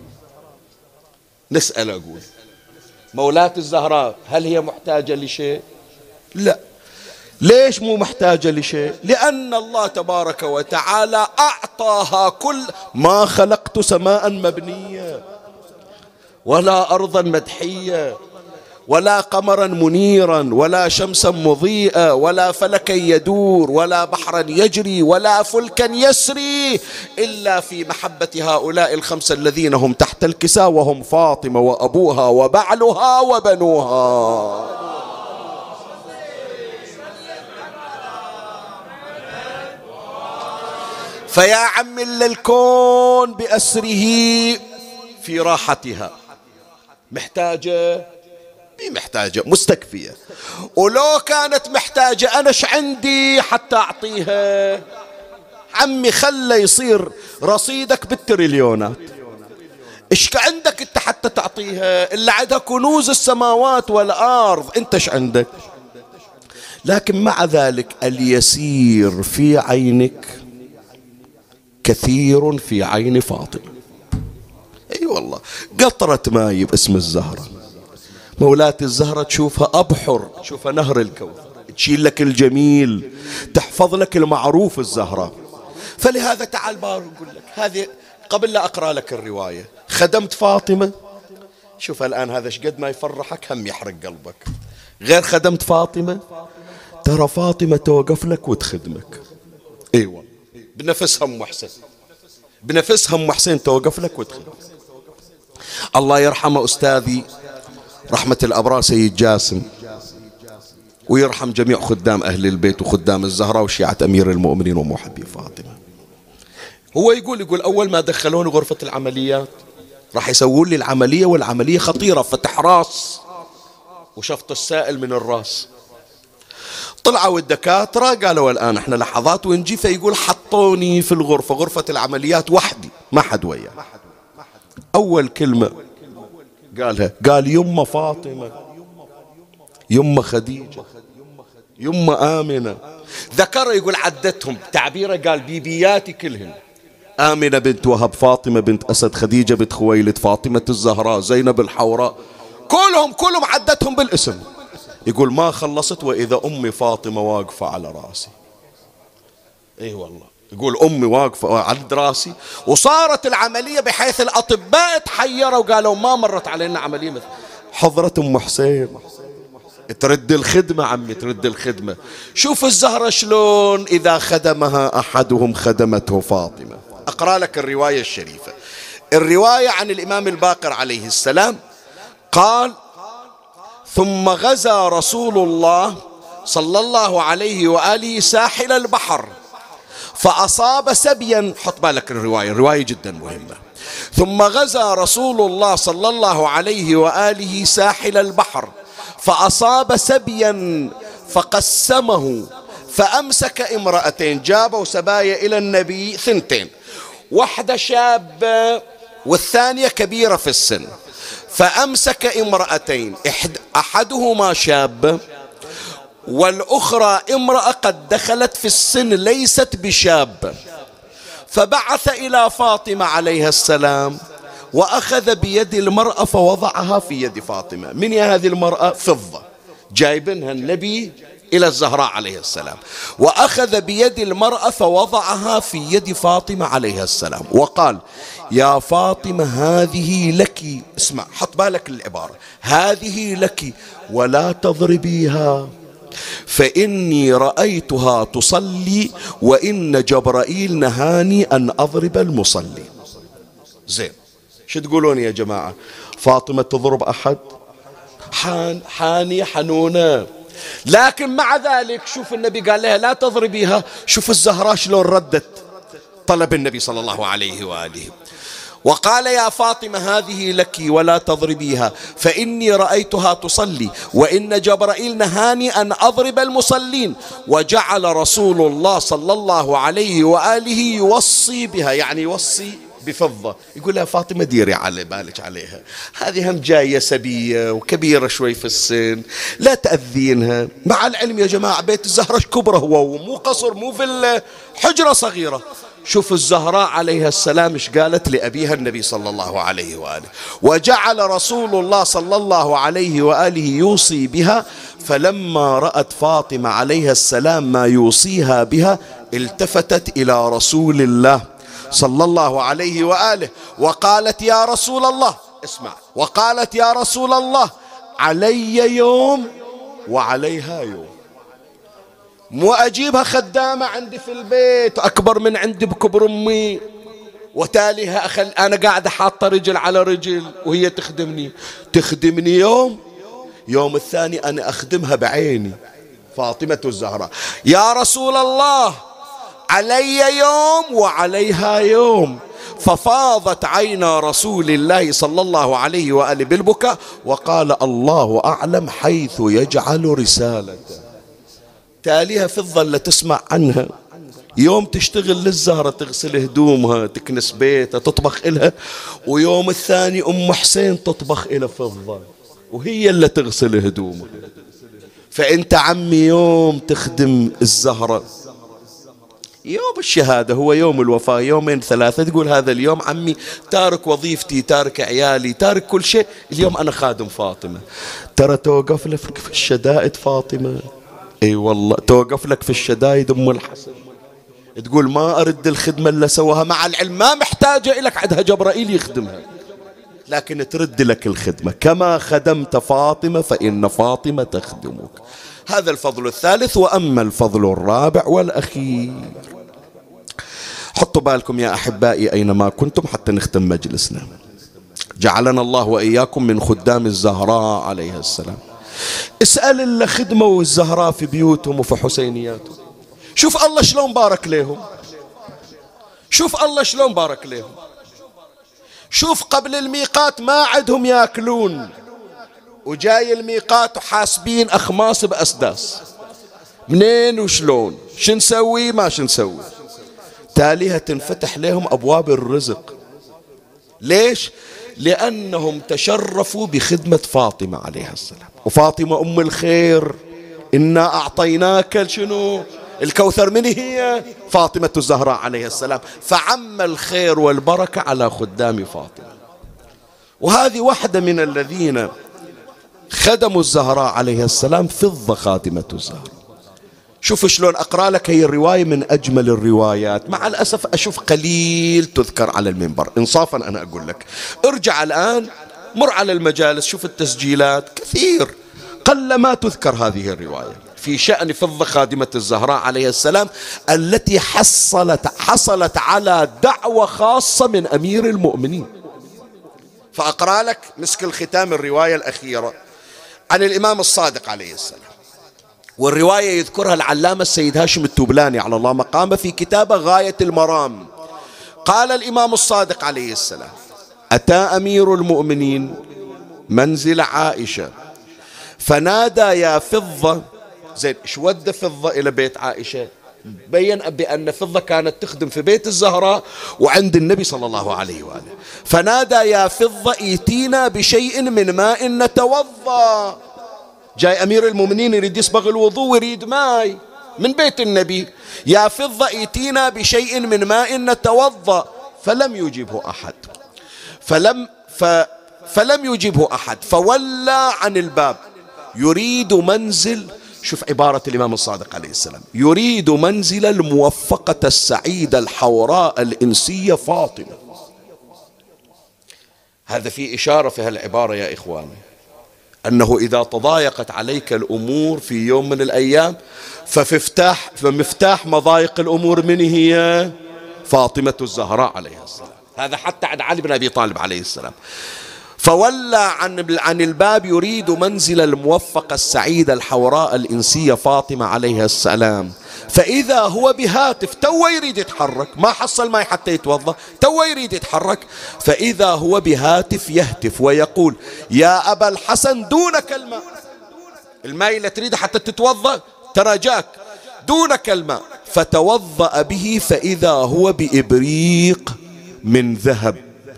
Speaker 1: نسأل، أقول مولاة الزهراء هل هي محتاجة لشيء؟ لا. ليش مو محتاجة لشيء؟ لأن الله تبارك وتعالى أعطاها كل ما خلقت سماء مبنية ولا أرضا مدحية ولا قمرا منيرا ولا شمسا مضيئة ولا فلكا يدور ولا بحرا يجري ولا فلكا يسري إلا في محبة هؤلاء الخمسة الذين هم تحت الكساء، وهم فاطمة وأبوها وبعلها وبنوها. فيا عم الكون بأسره في راحتها محتاجة؟ محتاجة، مستكفية. ولو كانت محتاجة أنا ايش عندي حتى أعطيها؟ عمي خلى يصير رصيدك بالتريليونات، ايش عندك انت حتى تعطيها؟ اللي عندها كنوز السماوات والأرض، انت ايش عندك؟ لكن مع ذلك اليسير في عينك كثير في عين فاطمة. اي والله، قطرة ماي باسم الزهرة، مولاة الزهرة تشوفها أبحر، تشوفها نهر الكوثر، تشيل لك الجميل، تحفظ لك المعروف الزهراء. فلهذا تعال بار نقول لك هذه، قبل لا أقرأ لك الرواية، خدمت فاطمة. شوف الآن هذا شقد ما يفرحك، هم يحرق قلبك. غير خدمت فاطمة، ترى فاطمة توقف لك وتخدمك. ايوه، بنفسها أم حسين، بنفسها أم حسين توقف لك وتخدمك. الله يرحمه أستاذي رحمة الأبرار سيد جاسم، ويرحم جميع خدام أهل البيت وخدام الزهراء وشيعة أمير المؤمنين ومحبي فاطمة. هو يقول أول ما دخلوني غرفة العمليات راح يسوون لي العملية، والعملية خطيرة، فتح راس وشفط السائل من الراس. طلعوا الدكاترة قالوا الآن احنا لحظات ونجي. فيقول حطوني في الغرفة، غرفة العمليات وحدي، ما حد وياه. أول كلمة قالها، قال يمه فاطمة، يمه خديجة، يمه آمنة. ذكر يقول عدتهم تعبيره، قال بيبياتي كلهن: آمنة بنت وهب، فاطمة بنت أسد، خديجة بنت خويلد، فاطمة الزهراء، زينب الحوراء، كلهم عدتهم بالاسم. يقول ما خلصت وإذا أمي فاطمة واقفة على راسي. اي والله، يقول أمي واقفة على راسي. وصارت العملية بحيث الأطباء تحيروا وقالوا ما مرت علينا عملية مثل. حضرت أم حسين ترد الخدمة عمي، ترد الخدمة. شوف الزهرة شلون إذا خدمها أحدهم خدمته فاطمة. أقرأ لك الرواية الشريفة. الرواية عن الإمام الباقر عليه السلام قال: ثم غزا رسول الله صلى الله عليه وآله ساحل البحر فأصاب سبيا. حط بالك الرواية جدا مهمة. ثم غزا رسول الله صلى الله عليه وآله ساحل البحر فأصاب سبيا فقسمه فأمسك امرأتين. جابوا سبايا إلى النبي ثنتين، واحدة شابة والثانية كبيرة في السن. فأمسك امرأتين، أحدهما شاب والأخرى امرأة قد دخلت في السن ليست بشاب. فبعث إلى فاطمة عليها السلام وأخذ بيد المرأة فوضعها في يد فاطمة. من هذه المرأة؟ فضة، جايبنها النبي إلى الزهراء عليه السلام، وأخذ بيد المرأة فوضعها في يد فاطمة عليه السلام وقال: يا فاطمة هذه لك، اسمع حط بالك العبارة، هذه لك ولا تضربيها فإني رأيتها تصلي وإن جبرائيل نهاني أن أضرب المصلي. زين، شو تقولون يا جماعة؟ فاطمة تضرب أحد؟ حانية حنونة، لكن مع ذلك شوف النبي قال لها لا تضربيها، شوف الزهراء شلون ردت طلب النبي صلى الله عليه وآله، وقال: يا فاطمة هذه لك ولا تضربيها فإني رأيتها تصلي وإن جبرائيل نهاني أن أضرب المصلين. وجعل رسول الله صلى الله عليه وآله يوصي بها، يعني يوصي بفضة، يقول لها: فاطمة ديري على بالك عليها، هذه هم جاية سبية وكبيرة شوي في السن، لا تأذينها. مع العلم يا جماعة بيت الزهراء كبرى هو، مو قصر، مو في حجرة صغيرة. شوف الزهراء عليها السلام ايش قالت لأبيها النبي صلى الله عليه وآله: وجعل رسول الله صلى الله عليه وآله يوصي بها، فلما رأت فاطمة عليها السلام ما يوصيها بها التفتت إلى رسول الله صلى الله عليه وآله وقالت: يا رسول الله، اسمع، وقالت: يا رسول الله علي يوم وعليها يوم، مو أجيبها خدامة عندي في البيت أكبر من عندي بكبر أمي وتاليها أنا قاعدة حاطة رجل على رجل وهي تخدمني يوم الثاني أنا أخدمها بعيني. فاطمة الزهراء: يا رسول الله علي يوم وعليها يوم. ففاضت عينا رسول الله صلى الله عليه وآله بالبكاء وقال: الله أعلم حيث يجعل رسالته. تاليها فضة اللي تسمع عنها، يوم تشتغل للزهرة تغسل هدومها تكنس بيتها تطبخ إلها، ويوم الثاني أم حسين تطبخ إلى فضة وهي اللي تغسل هدومها. فأنت عمي يوم تخدم الزهرة، يوم الشهادة هو يوم الوفاة، يومين ثلاثة تقول هذا اليوم عمي تارك وظيفتي تارك عيالي تارك كل شيء، اليوم أنا خادم فاطمة. ترى توقف لك في الشدائد فاطمة، اي والله توقف لك في الشدائد ام الحسن، تقول ما ارد الخدمة اللي سواها، مع العلم ما محتاجة لك، عندها جبرائيل يخدمها، لكن ترد لك الخدمة كما خدمت فاطمة فإن فاطمة تخدمك. هذا الفضل الثالث. وأما الفضل الرابع والأخير، حطوا بالكم يا أحبائي أينما كنتم حتى نختم مجلسنا، جعلنا الله وإياكم من خدام الزهراء عليها السلام. اسأل اللي خدموا الزهراء في بيوتهم وفي حسينياتهم، شوف الله شلون بارك لهم، شوف الله شلون بارك لهم. شوف قبل الميقات ما عندهم ياكلون، وجاي الميقات وحاسبين أخماس بأسداس، منين وشلون، شو نسوي ما شو نسوي. تاليها تنفتح لهم أبواب الرزق. ليش؟ لأنهم تشرفوا بخدمة فاطمة عليها السلام، وفاطمة أم الخير، إنا أعطيناك شنو الكوثر، من هي؟ فاطمة الزهراء عليها السلام، فعم الخير والبركة على خدام فاطمة. وهذه واحدة من الذين خدموا الزهراء عليها السلام، فضة خادمة الزهراء. شوف شلون أقرأ لك هي الرواية من أجمل الروايات، مع الأسف أشوف قليل تذكر على المنبر، إنصافا أنا أقول لك ارجع الآن مر على المجالس شوف التسجيلات، كثير قل ما تذكر هذه الرواية في شأن فضة خادمة الزهراء عليه السلام التي حصلت على دعوة خاصة من أمير المؤمنين. فأقرأ لك مسك الختام الرواية الأخيرة عن الإمام الصادق عليه السلام، والرواية يذكرها العلامة السيد هاشم التوبلاني على الله مقامه في كتابه غاية المرام. قال الإمام الصادق عليه السلام: أتى أمير المؤمنين منزل عائشة فنادى يا فضة. زين، ايش ود فضة إلى بيت عائشة؟ بين بأن فضة كانت تخدم في بيت الزهراء وعند النبي صلى الله عليه وآله. فنادى يا فضة ائتينا بشيء من ماء نتوضأ. جاي أمير المؤمنين يريد يصبغ الوضوء ويريد ماء من بيت النبي، يا فضة ائتينا بشيء من ماء نتوضأ. فلم يجبه أحد، فلم يجبه أحد، فولى عن الباب يريد منزل. شوف عبارة الإمام الصادق عليه السلام: يريد منزل الموفقة السعيدة الحوراء الإنسية فاطمة. هذا في إشارة في هالعبارة يا إخواني أنه إذا تضايقت عليك الأمور في يوم من الأيام فمفتاح مضايق الأمور من هي؟ فاطمة الزهراء عليها السلام. هذا حتى عن علي بن أبي طالب عليه السلام. فولى عن الباب يريد منزل الموفقة السعيدة الحوراء الإنسية فاطمة عليها السلام، فإذا هو بهاتف تو يريد يتحرك، ما حصل ماء حتى يتوضأ، تو يريد يتحرك، فإذا هو بهاتف يهتف ويقول: يا أبا الحسن دونك الماء، الماء اللي تريد حتى تتوضأ ترى جاك، دونك الماء. فتوضأ به فإذا هو بإبريق من ذهب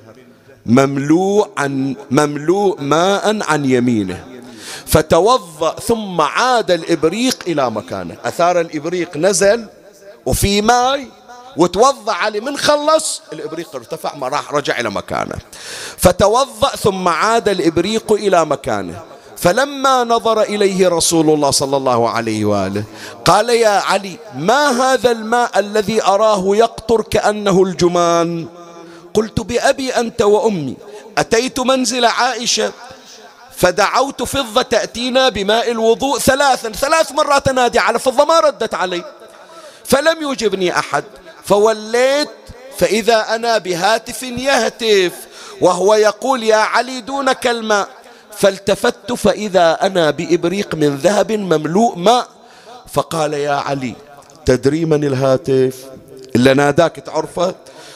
Speaker 1: مملوء ماء عن يمينه، فتوضأ ثم عاد الإبريق إلى مكانه. أثار الإبريق نزل وفي ماء وتوضأ عليه، من خلص الإبريق ارتفع، ما راح رجع إلى مكانه. فتوضأ ثم عاد الإبريق إلى مكانه. فلما نظر إليه رسول الله صلى الله عليه وآله قال: يا علي، ما هذا الماء الذي أراه يقطر كأنه الجمان؟ قلت: بأبي أنت وأمي أتيت منزل عائشة فدعوت فضة تأتينا بماء الوضوء ثلاث مرات أنادي على فضة ما ردت علي، فلم يجبني أحد، فوليت فإذا أنا بهاتف يهتف وهو يقول: يا علي دونك الماء، فالتفت فإذا أنا بإبريق من ذهب مملوء ماء. فقال: يا علي، تدري من الهاتف اللي ناداك تعرفه؟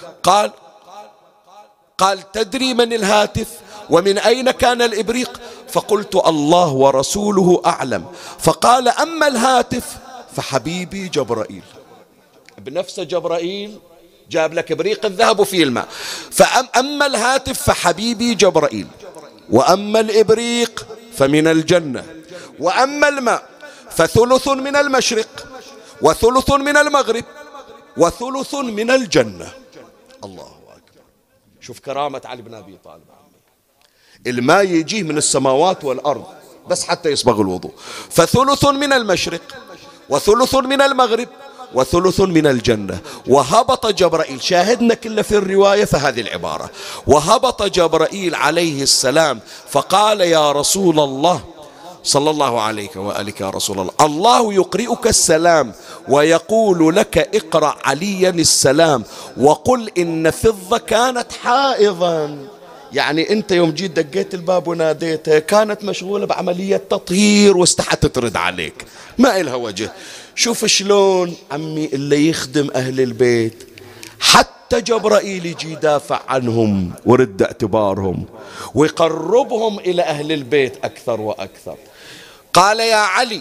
Speaker 1: قال: تدري من الهاتف ومن أين كان الإبريق؟ فقلت: الله ورسوله أعلم. فقال: أما الهاتف فحبيبي جبرائيل، بنفس جبرائيل جاب لك إبريق الذهب وفيه الماء. فأما الهاتف فحبيبي جبرائيل، وأما الإبريق فمن الجنة، وأما الماء فثلث من المشرق وثلث من المغرب وثلث من الجنة. الله أكبر. شوف كرامة علي بن أبي طالب، الماء يجيه من السماوات والأرض بس حتى يصبغ الوضوء، فثلث من المشرق وثلث من المغرب وثلث من الجنة. وهبط جبرائيل، شاهدنا كله في الرواية فهذه العبارة: وهبط جبرائيل عليه السلام فقال: يا رسول الله صلى الله عليه وآله، يا رسول الله، الله يقرئك السلام ويقول لك: اقرأ عليا السلام وقل إن فضة كانت حائضا. يعني أنت يوم جيت دقيت الباب وناديتها كانت مشغولة بعملية تطهير واستحت ترد عليك، ما إلها وجه. شوف شلون عمي اللي يخدم أهل البيت حتى جبرائيل يجي يدافع عنهم ورد اعتبارهم ويقربهم إلى أهل البيت أكثر وأكثر. قال: يا علي،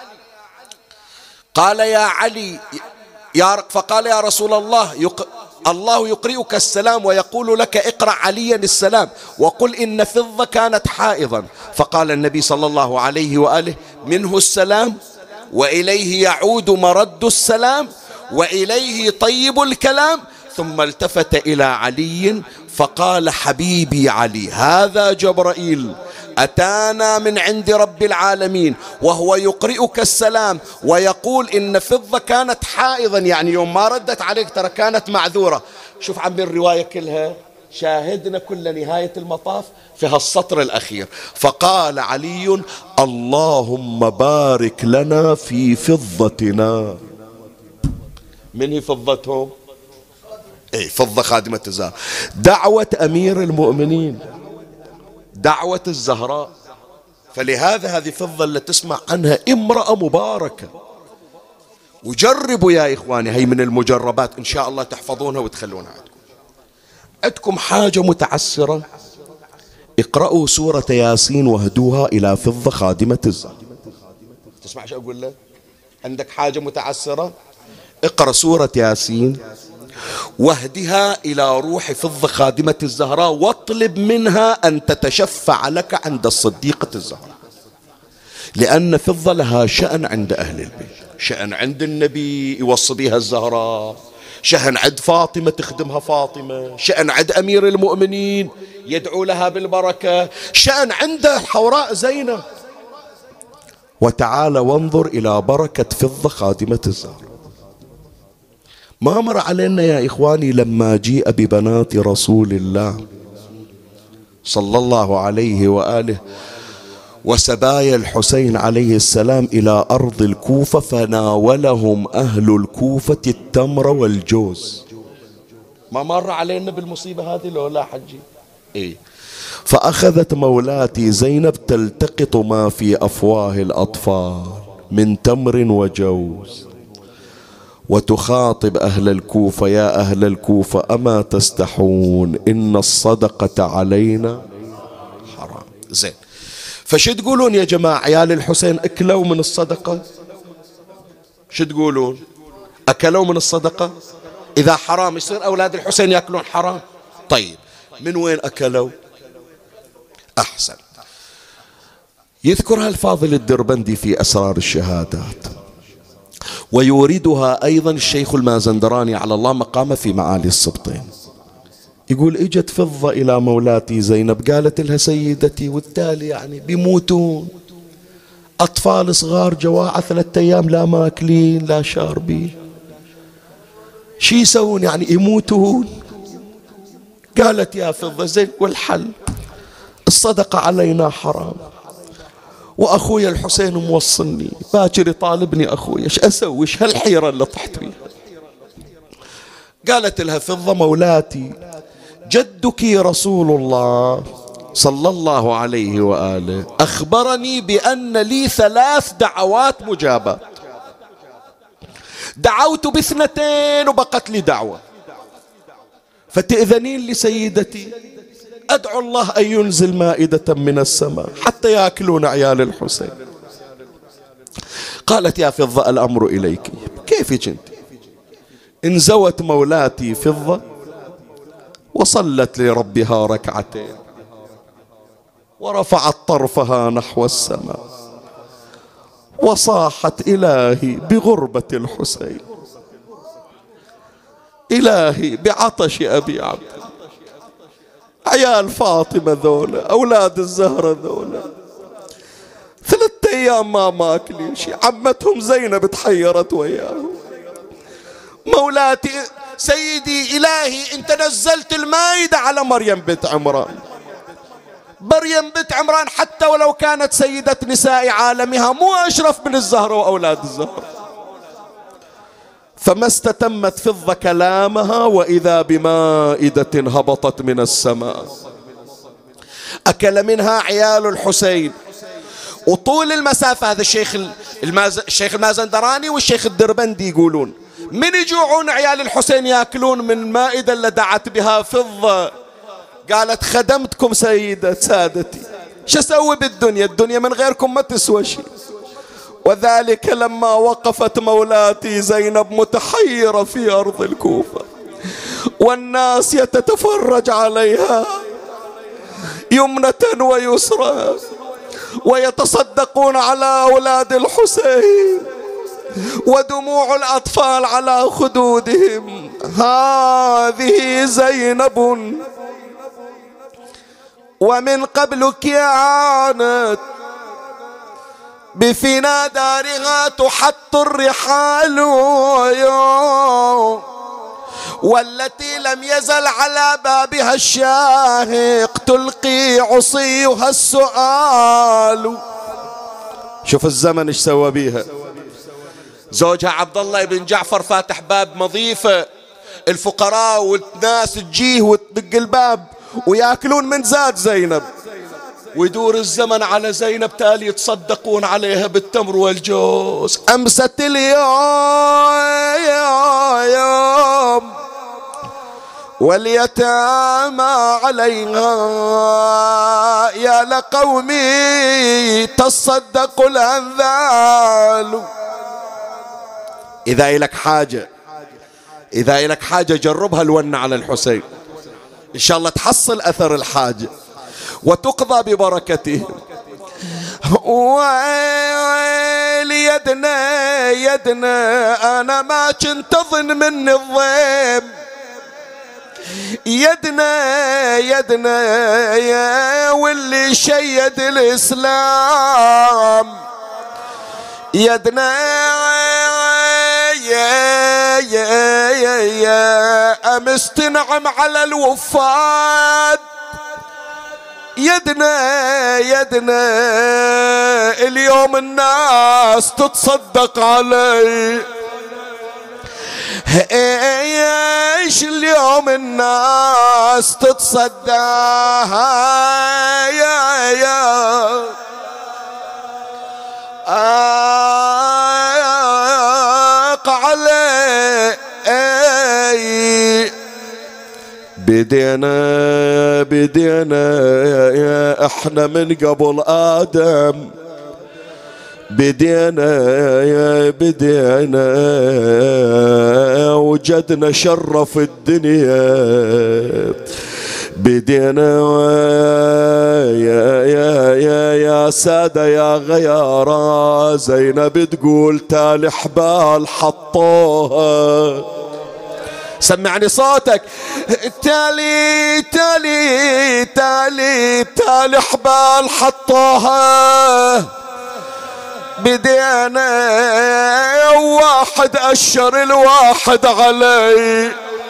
Speaker 1: فقال: يا رسول الله، الله يقرئك السلام ويقول لك: اقرأ عليا السلام وقل إن فضة كانت حائضا. فقال النبي صلى الله عليه وآله: منه السلام وإليه يعود مرد السلام وإليه طيب الكلام. ثم التفت إلى علي فقال: حبيبي علي، هذا جبرائيل أتانا من عند رب العالمين وهو يقرئك السلام ويقول إن فضة كانت حائضا، يعني يوم ما ردت عليك ترى كانت معذورة. شوف عمي الرواية كلها شاهدنا كل نهاية المطاف في هالسطر الأخير. فقال علي: اللهم بارك لنا في فضتنا. من هي فضتهم؟ فضة خادمة الزهراء، دعوة أمير المؤمنين، دعوة الزهراء. فلهذا هذه فضة اللي تسمع عنها امرأة مباركة. وجربوا يا إخواني، هي من المجربات إن شاء الله تحفظونها وتخلونها عندكم حاجة متعسرة، اقرأوا سورة ياسين واهدوها إلى فضة خادمة الزهراء. تسمع شو أقول لك؟ عندك حاجة متعسرة، اقرأ سورة ياسين واهدها إلى روح فضة خادمة الزهراء واطلب منها أن تتشفع لك عند الصديقة الزهراء، لأن فضة لها شأن عند أهل البيت، شأن عند النبي يوصي بها الزهراء، شأن عند فاطمة تخدمها فاطمة، شأن عند أمير المؤمنين يدعو لها بالبركة، شأن عند الحوراء زينب. وتعال وانظر إلى بركة فضة خادمة الزهراء. ما مر علينا يا إخواني لما جيء ببنات رسول الله صلى الله عليه وآله وسبايا الحسين عليه السلام إلى أرض الكوفة، فناولهم أهل الكوفة التمر والجوز. ما مر علينا بالمصيبة هذه لو لا حجي؟ إيه. فأخذت مولاتي زينب تلتقط ما في أفواه الأطفال من تمر وجوز، وتخاطب أهل الكوفة: يا أهل الكوفة أما تستحون إن الصدقة علينا حرام. زين، فش تقولون يا جماعة؟ عيال الحسين أكلوا من الصدقة؟ شو تقولون؟ أكلوا من الصدقة؟ إذا حرام يصير أولاد الحسين يأكلون حرام؟ طيب من وين أكلوا؟ أحسن. يذكرها الفاضل الدربندي في أسرار الشهادات، ويوردها أيضا الشيخ المازندراني على الله مقامه في معالي السبطين. يقول: إجت فضة إلى مولاتي زينب قالت لها: سيدتي، والتالي يعني بيموتون، أطفال صغار جواعة 3 أيام لا ماكلين لا شاربين، شي يسوون يعني يموتون؟ قالت: يا فضة زين، والحل؟ الصدقة علينا حرام، وأخوي الحسين موصلني باكر يطالبني أخوي، ايش أسوي؟ ايش هالحيرة اللي طحت فيها؟ قالت لها فضة: مولاتي، جدك رسول الله صلى الله عليه وآله أخبرني بأن لي 3 دعوات مجابات، دعوت ب2 وبقت لي دعوة، فتأذنين لسيدتي أدعو الله أن ينزل مائدة من السماء حتى يأكلون عيال الحسين. قالت: يا فضة الأمر إليك. كيفك أنت؟ انزوت مولاتي فضة وصلت لربها 2 ركعتين ورفعت طرفها نحو السماء وصاحت: إلهي بغربة الحسين، إلهي بعطش أبي عبد، عيال فاطمة ذولا، أولاد الزهرة ذولا 3 أيام ما ماكلين شي، عمتهم زينب تحيرت وياهم. مولاتي سيدي إلهي أنت نزلت المائدة على مريم بنت عمران، مريم بنت عمران حتى ولو كانت سيدة نساء عالمها مو أشرف من الزهرة وأولاد الزهرة. فما استتمت فضة كلامها وإذا بمائدة هبطت من السماء أكل منها عيال الحسين. وطول المسافة، هذا الشيخ المازندراني والشيخ الدربندي يقولون: من يجوعون عيال الحسين يأكلون من المائدة اللي دعت بها فضة. قالت: خدمتكم سادتي، شو أسوي بالدنيا؟ الدنيا من غيركم ما تسوى شيء. وذلك لما وقفت مولاتي زينب متحيرة في أرض الكوفة والناس تتفرج عليها يمنة ويسرى ويتصدقون على أولاد الحسين ودموع الأطفال على خدودهم. هذه زينب ومن قبل كانت بفنا دارها تحط الرحال، والتي لم يزل على بابها الشاهق تلقي عصيها السؤال. شوف الزمن ايش سوى بيها. زوجها عبد الله بن جعفر فاتح باب مضيفة، الفقراء والناس تجيه وتدق الباب وياكلون من زاد زينب، ويدور الزمن على زينب تالي يتصدقون عليها بالتمر والجوز. أمست اليوم واليتامى عليها، يا لقومي تصدق الأنذال. إذا إلك حاجة جربها الون على الحسين، إن شاء الله تحصل أثر الحاجة وتقضى ببركته. ويلي يدنا أنا ما كنت أظن مني الضيم، يدنا يا واللي شيد الإسلام يدنا يا أمس تنعم على الوفاد، يدنا اليوم الناس تتصدق علي. ايش اليوم الناس تتصدق علي. بدينا يا احنا من قبل آدم، بدينا وجدنا شرف الدنيا. بدينا يا سادة يا غيارة، زينب تقول تالي حبال حطوها. سمعني صوتك. تالي حبال حطوها. بدينا واحد أشر الواحد علي،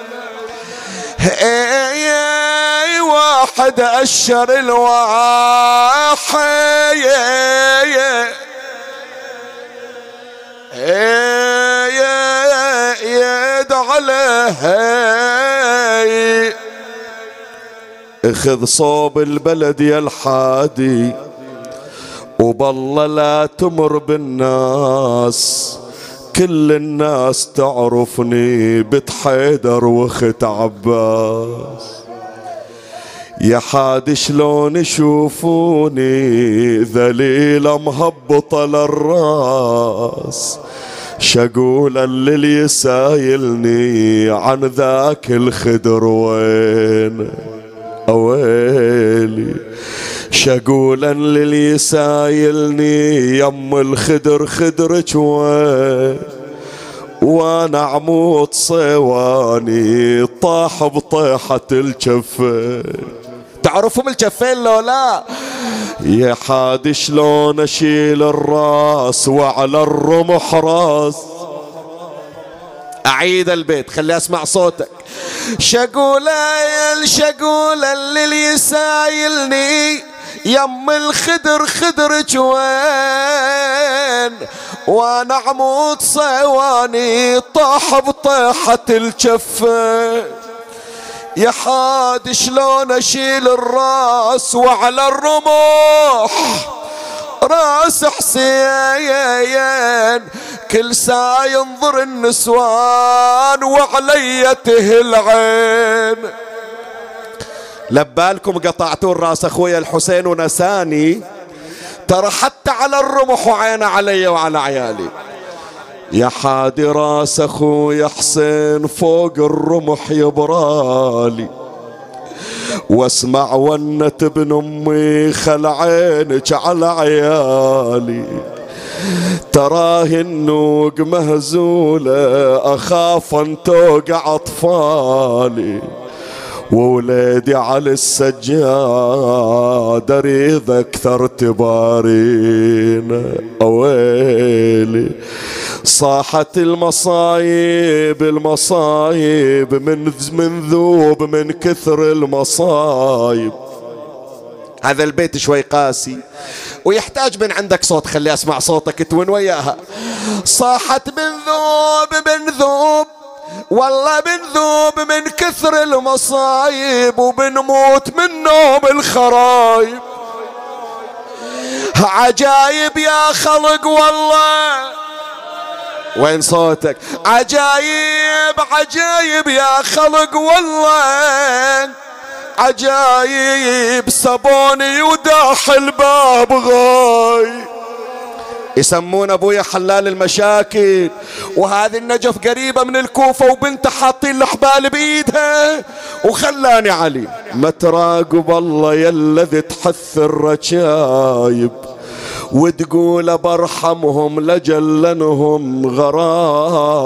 Speaker 1: واحد أشر الواحد يد عليه. اخذ صوب البلد يا الحادي، وبالله لا تمر بالناس، كل الناس تعرفني بنت حيدر واخت عباس. يا حادي شلون يشوفوني ذليلة مهبطة للراس، شقول اللي يسايلني عن ذاك الخدر وين اويلي. شقولا للي يسايلني يم الخدر خدرك وين، وانا عمود صيواني طاح بطيحة الجفين. تعرفهم الجفين لو لا؟ يا حادي شلون اشيل الراس وعلى الرمح راس. اعيد البيت خلي اسمع صوتك. شقولا اللي يسايلني يم الخدر خدرك وين، وانا عمود صيواني طاح بطيحة الجفين. يا حاد شلون اشيل الراس وعلى الرمح راس حسين، كل ساعة ينظر النسوان وعلي تهل عين. لبالكم قطعتوا الراس اخويا الحسين ونساني، ترى حتى على الرمح وعينه علي وعلى عيالي. يا حادي راس اخويا حسين فوق الرمح يبرالي، واسمع ونة ابن امي خل عينك على عيالي. تراه النوق مهزولة اخاف ان توقع اطفالي، وولادي على السجاد اريد اكثر تبارين. اويلي صاحت المصايب من ذوب من كثر المصايب. هذا البيت شوي قاسي ويحتاج من عندك صوت، خلي اسمع صوتك تون وياها. صاحت بنذوب والله بنذوب من كثر المصايب، وبنموت من نوم الخرايب. عجايب يا خلق والله، وين صوتك؟ عجايب يا خلق والله، عجايب صبوني وداح الباب غاي. يسمون ابويا حلال المشاكل، وهذه النجف قريبة من الكوفة، وبنت حاطين الحبال بايدها وخلاني علي. ما تراقب الله يا الذي تحث الرجايب، وتقول برحمهم لجلنهم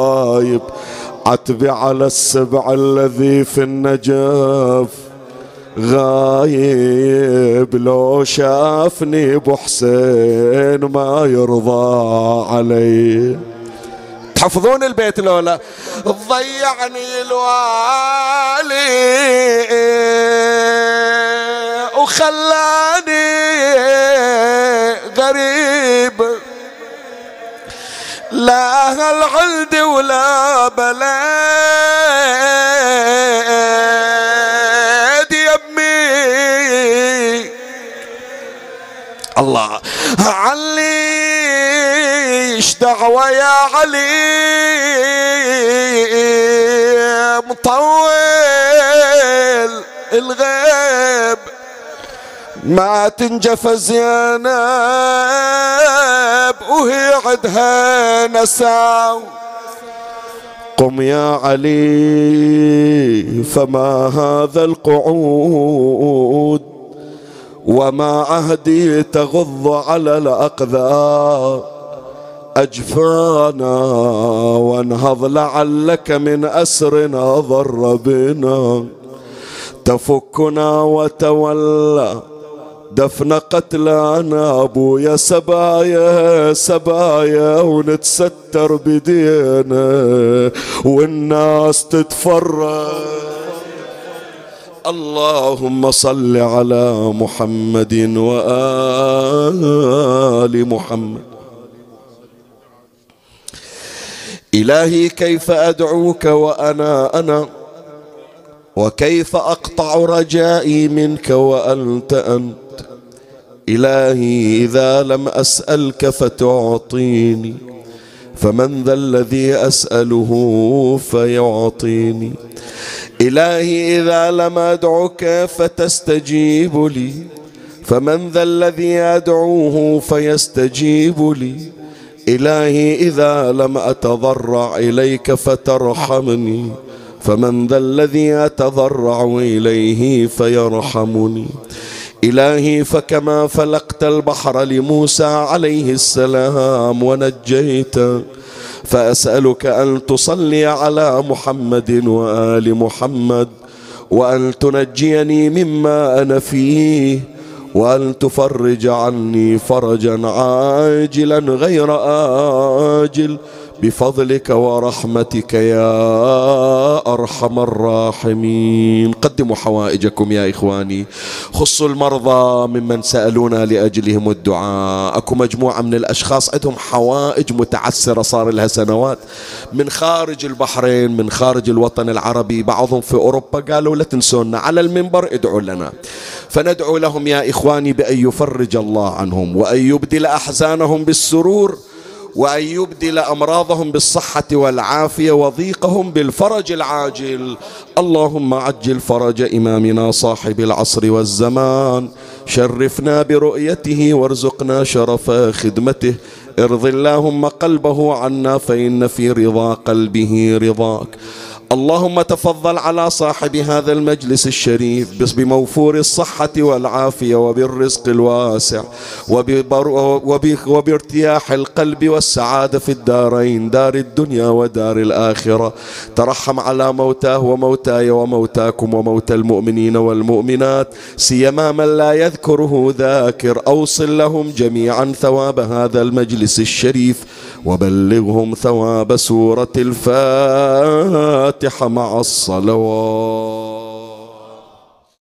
Speaker 1: غرايب. عتبي على السبع الذي في النجف، غايب لو شافني ابو حسين ما يرضى علي. تحفظون البيت لولا؟ ضيعني الوالي وخلاني غريب، لا أهل عندي ولا بلد يمي. الله عليش دعوة يا علي مطول الغيب، ما تنجف زينب وهي عدها نساو. قم يا علي فما هذا القعود، وما عهدي تغض على الأقذار أجفانا، وانهض لعلك من أسرنا ضر بنا، تفكنا وتولى دفن قتلانا. أبويا سبايا سبايا ونتستر بدينا والناس تتفرج. اللهم صل على محمد وآل محمد. إلهي كيف أدعوك وأنا وكيف أقطع رجائي منك وأنت أنت. إلهي إذا لم أسألك فتعطيني، فمن ذا الذي أسأله فيعطيني. إلهي إذا لم أدعك فتستجيب لي، فمن ذا الذي أدعوه فيستجيب لي. إلهي إذا لم أتضرع إليك فترحمني، فمن ذا الذي أتضرع إليه فيرحمني. إلهي فكما فلقت البحر لموسى عليه السلام ونجيته، فأسألك أن تصلي على محمد وآل محمد، وأن تنجيني مما أنا فيه، وأن تفرج عني فرجا عاجلا غير آجل بفضلك ورحمتك يا أرحم الراحمين. قدموا حوائجكم يا إخواني، خصوا المرضى ممن سألونا لأجلهم الدعاء. أكو مجموعة من الأشخاص عندهم حوائج متعسرة صار لها سنوات، من خارج البحرين، من خارج الوطن العربي، بعضهم في أوروبا. قالوا لا تنسونا على المنبر ادعوا لنا، فندعو لهم يا إخواني بأن يفرج الله عنهم، وأن يبدل أحزانهم بالسرور، وأن يبدل أمراضهم بالصحة والعافية، وضيقهم بالفرج العاجل. اللهم عجل فرج إمامنا صاحب العصر والزمان، شرفنا برؤيته وارزقنا شرف خدمته. ارض اللهم قلبه عنا، فإن في رضا قلبه رضاك. اللهم تفضل على صاحب هذا المجلس الشريف بموفور الصحة والعافية وبالرزق الواسع وبارتياح القلب والسعادة في الدارين، دار الدنيا ودار الآخرة. ترحم على موتاه وموتاي وموتاكم وموتى المؤمنين والمؤمنات، سيما من لا يذكره ذاكر. أوصل لهم جميعا ثواب هذا المجلس الشريف، وبلغهم ثواب سورة الفاتحة مع الصلوات.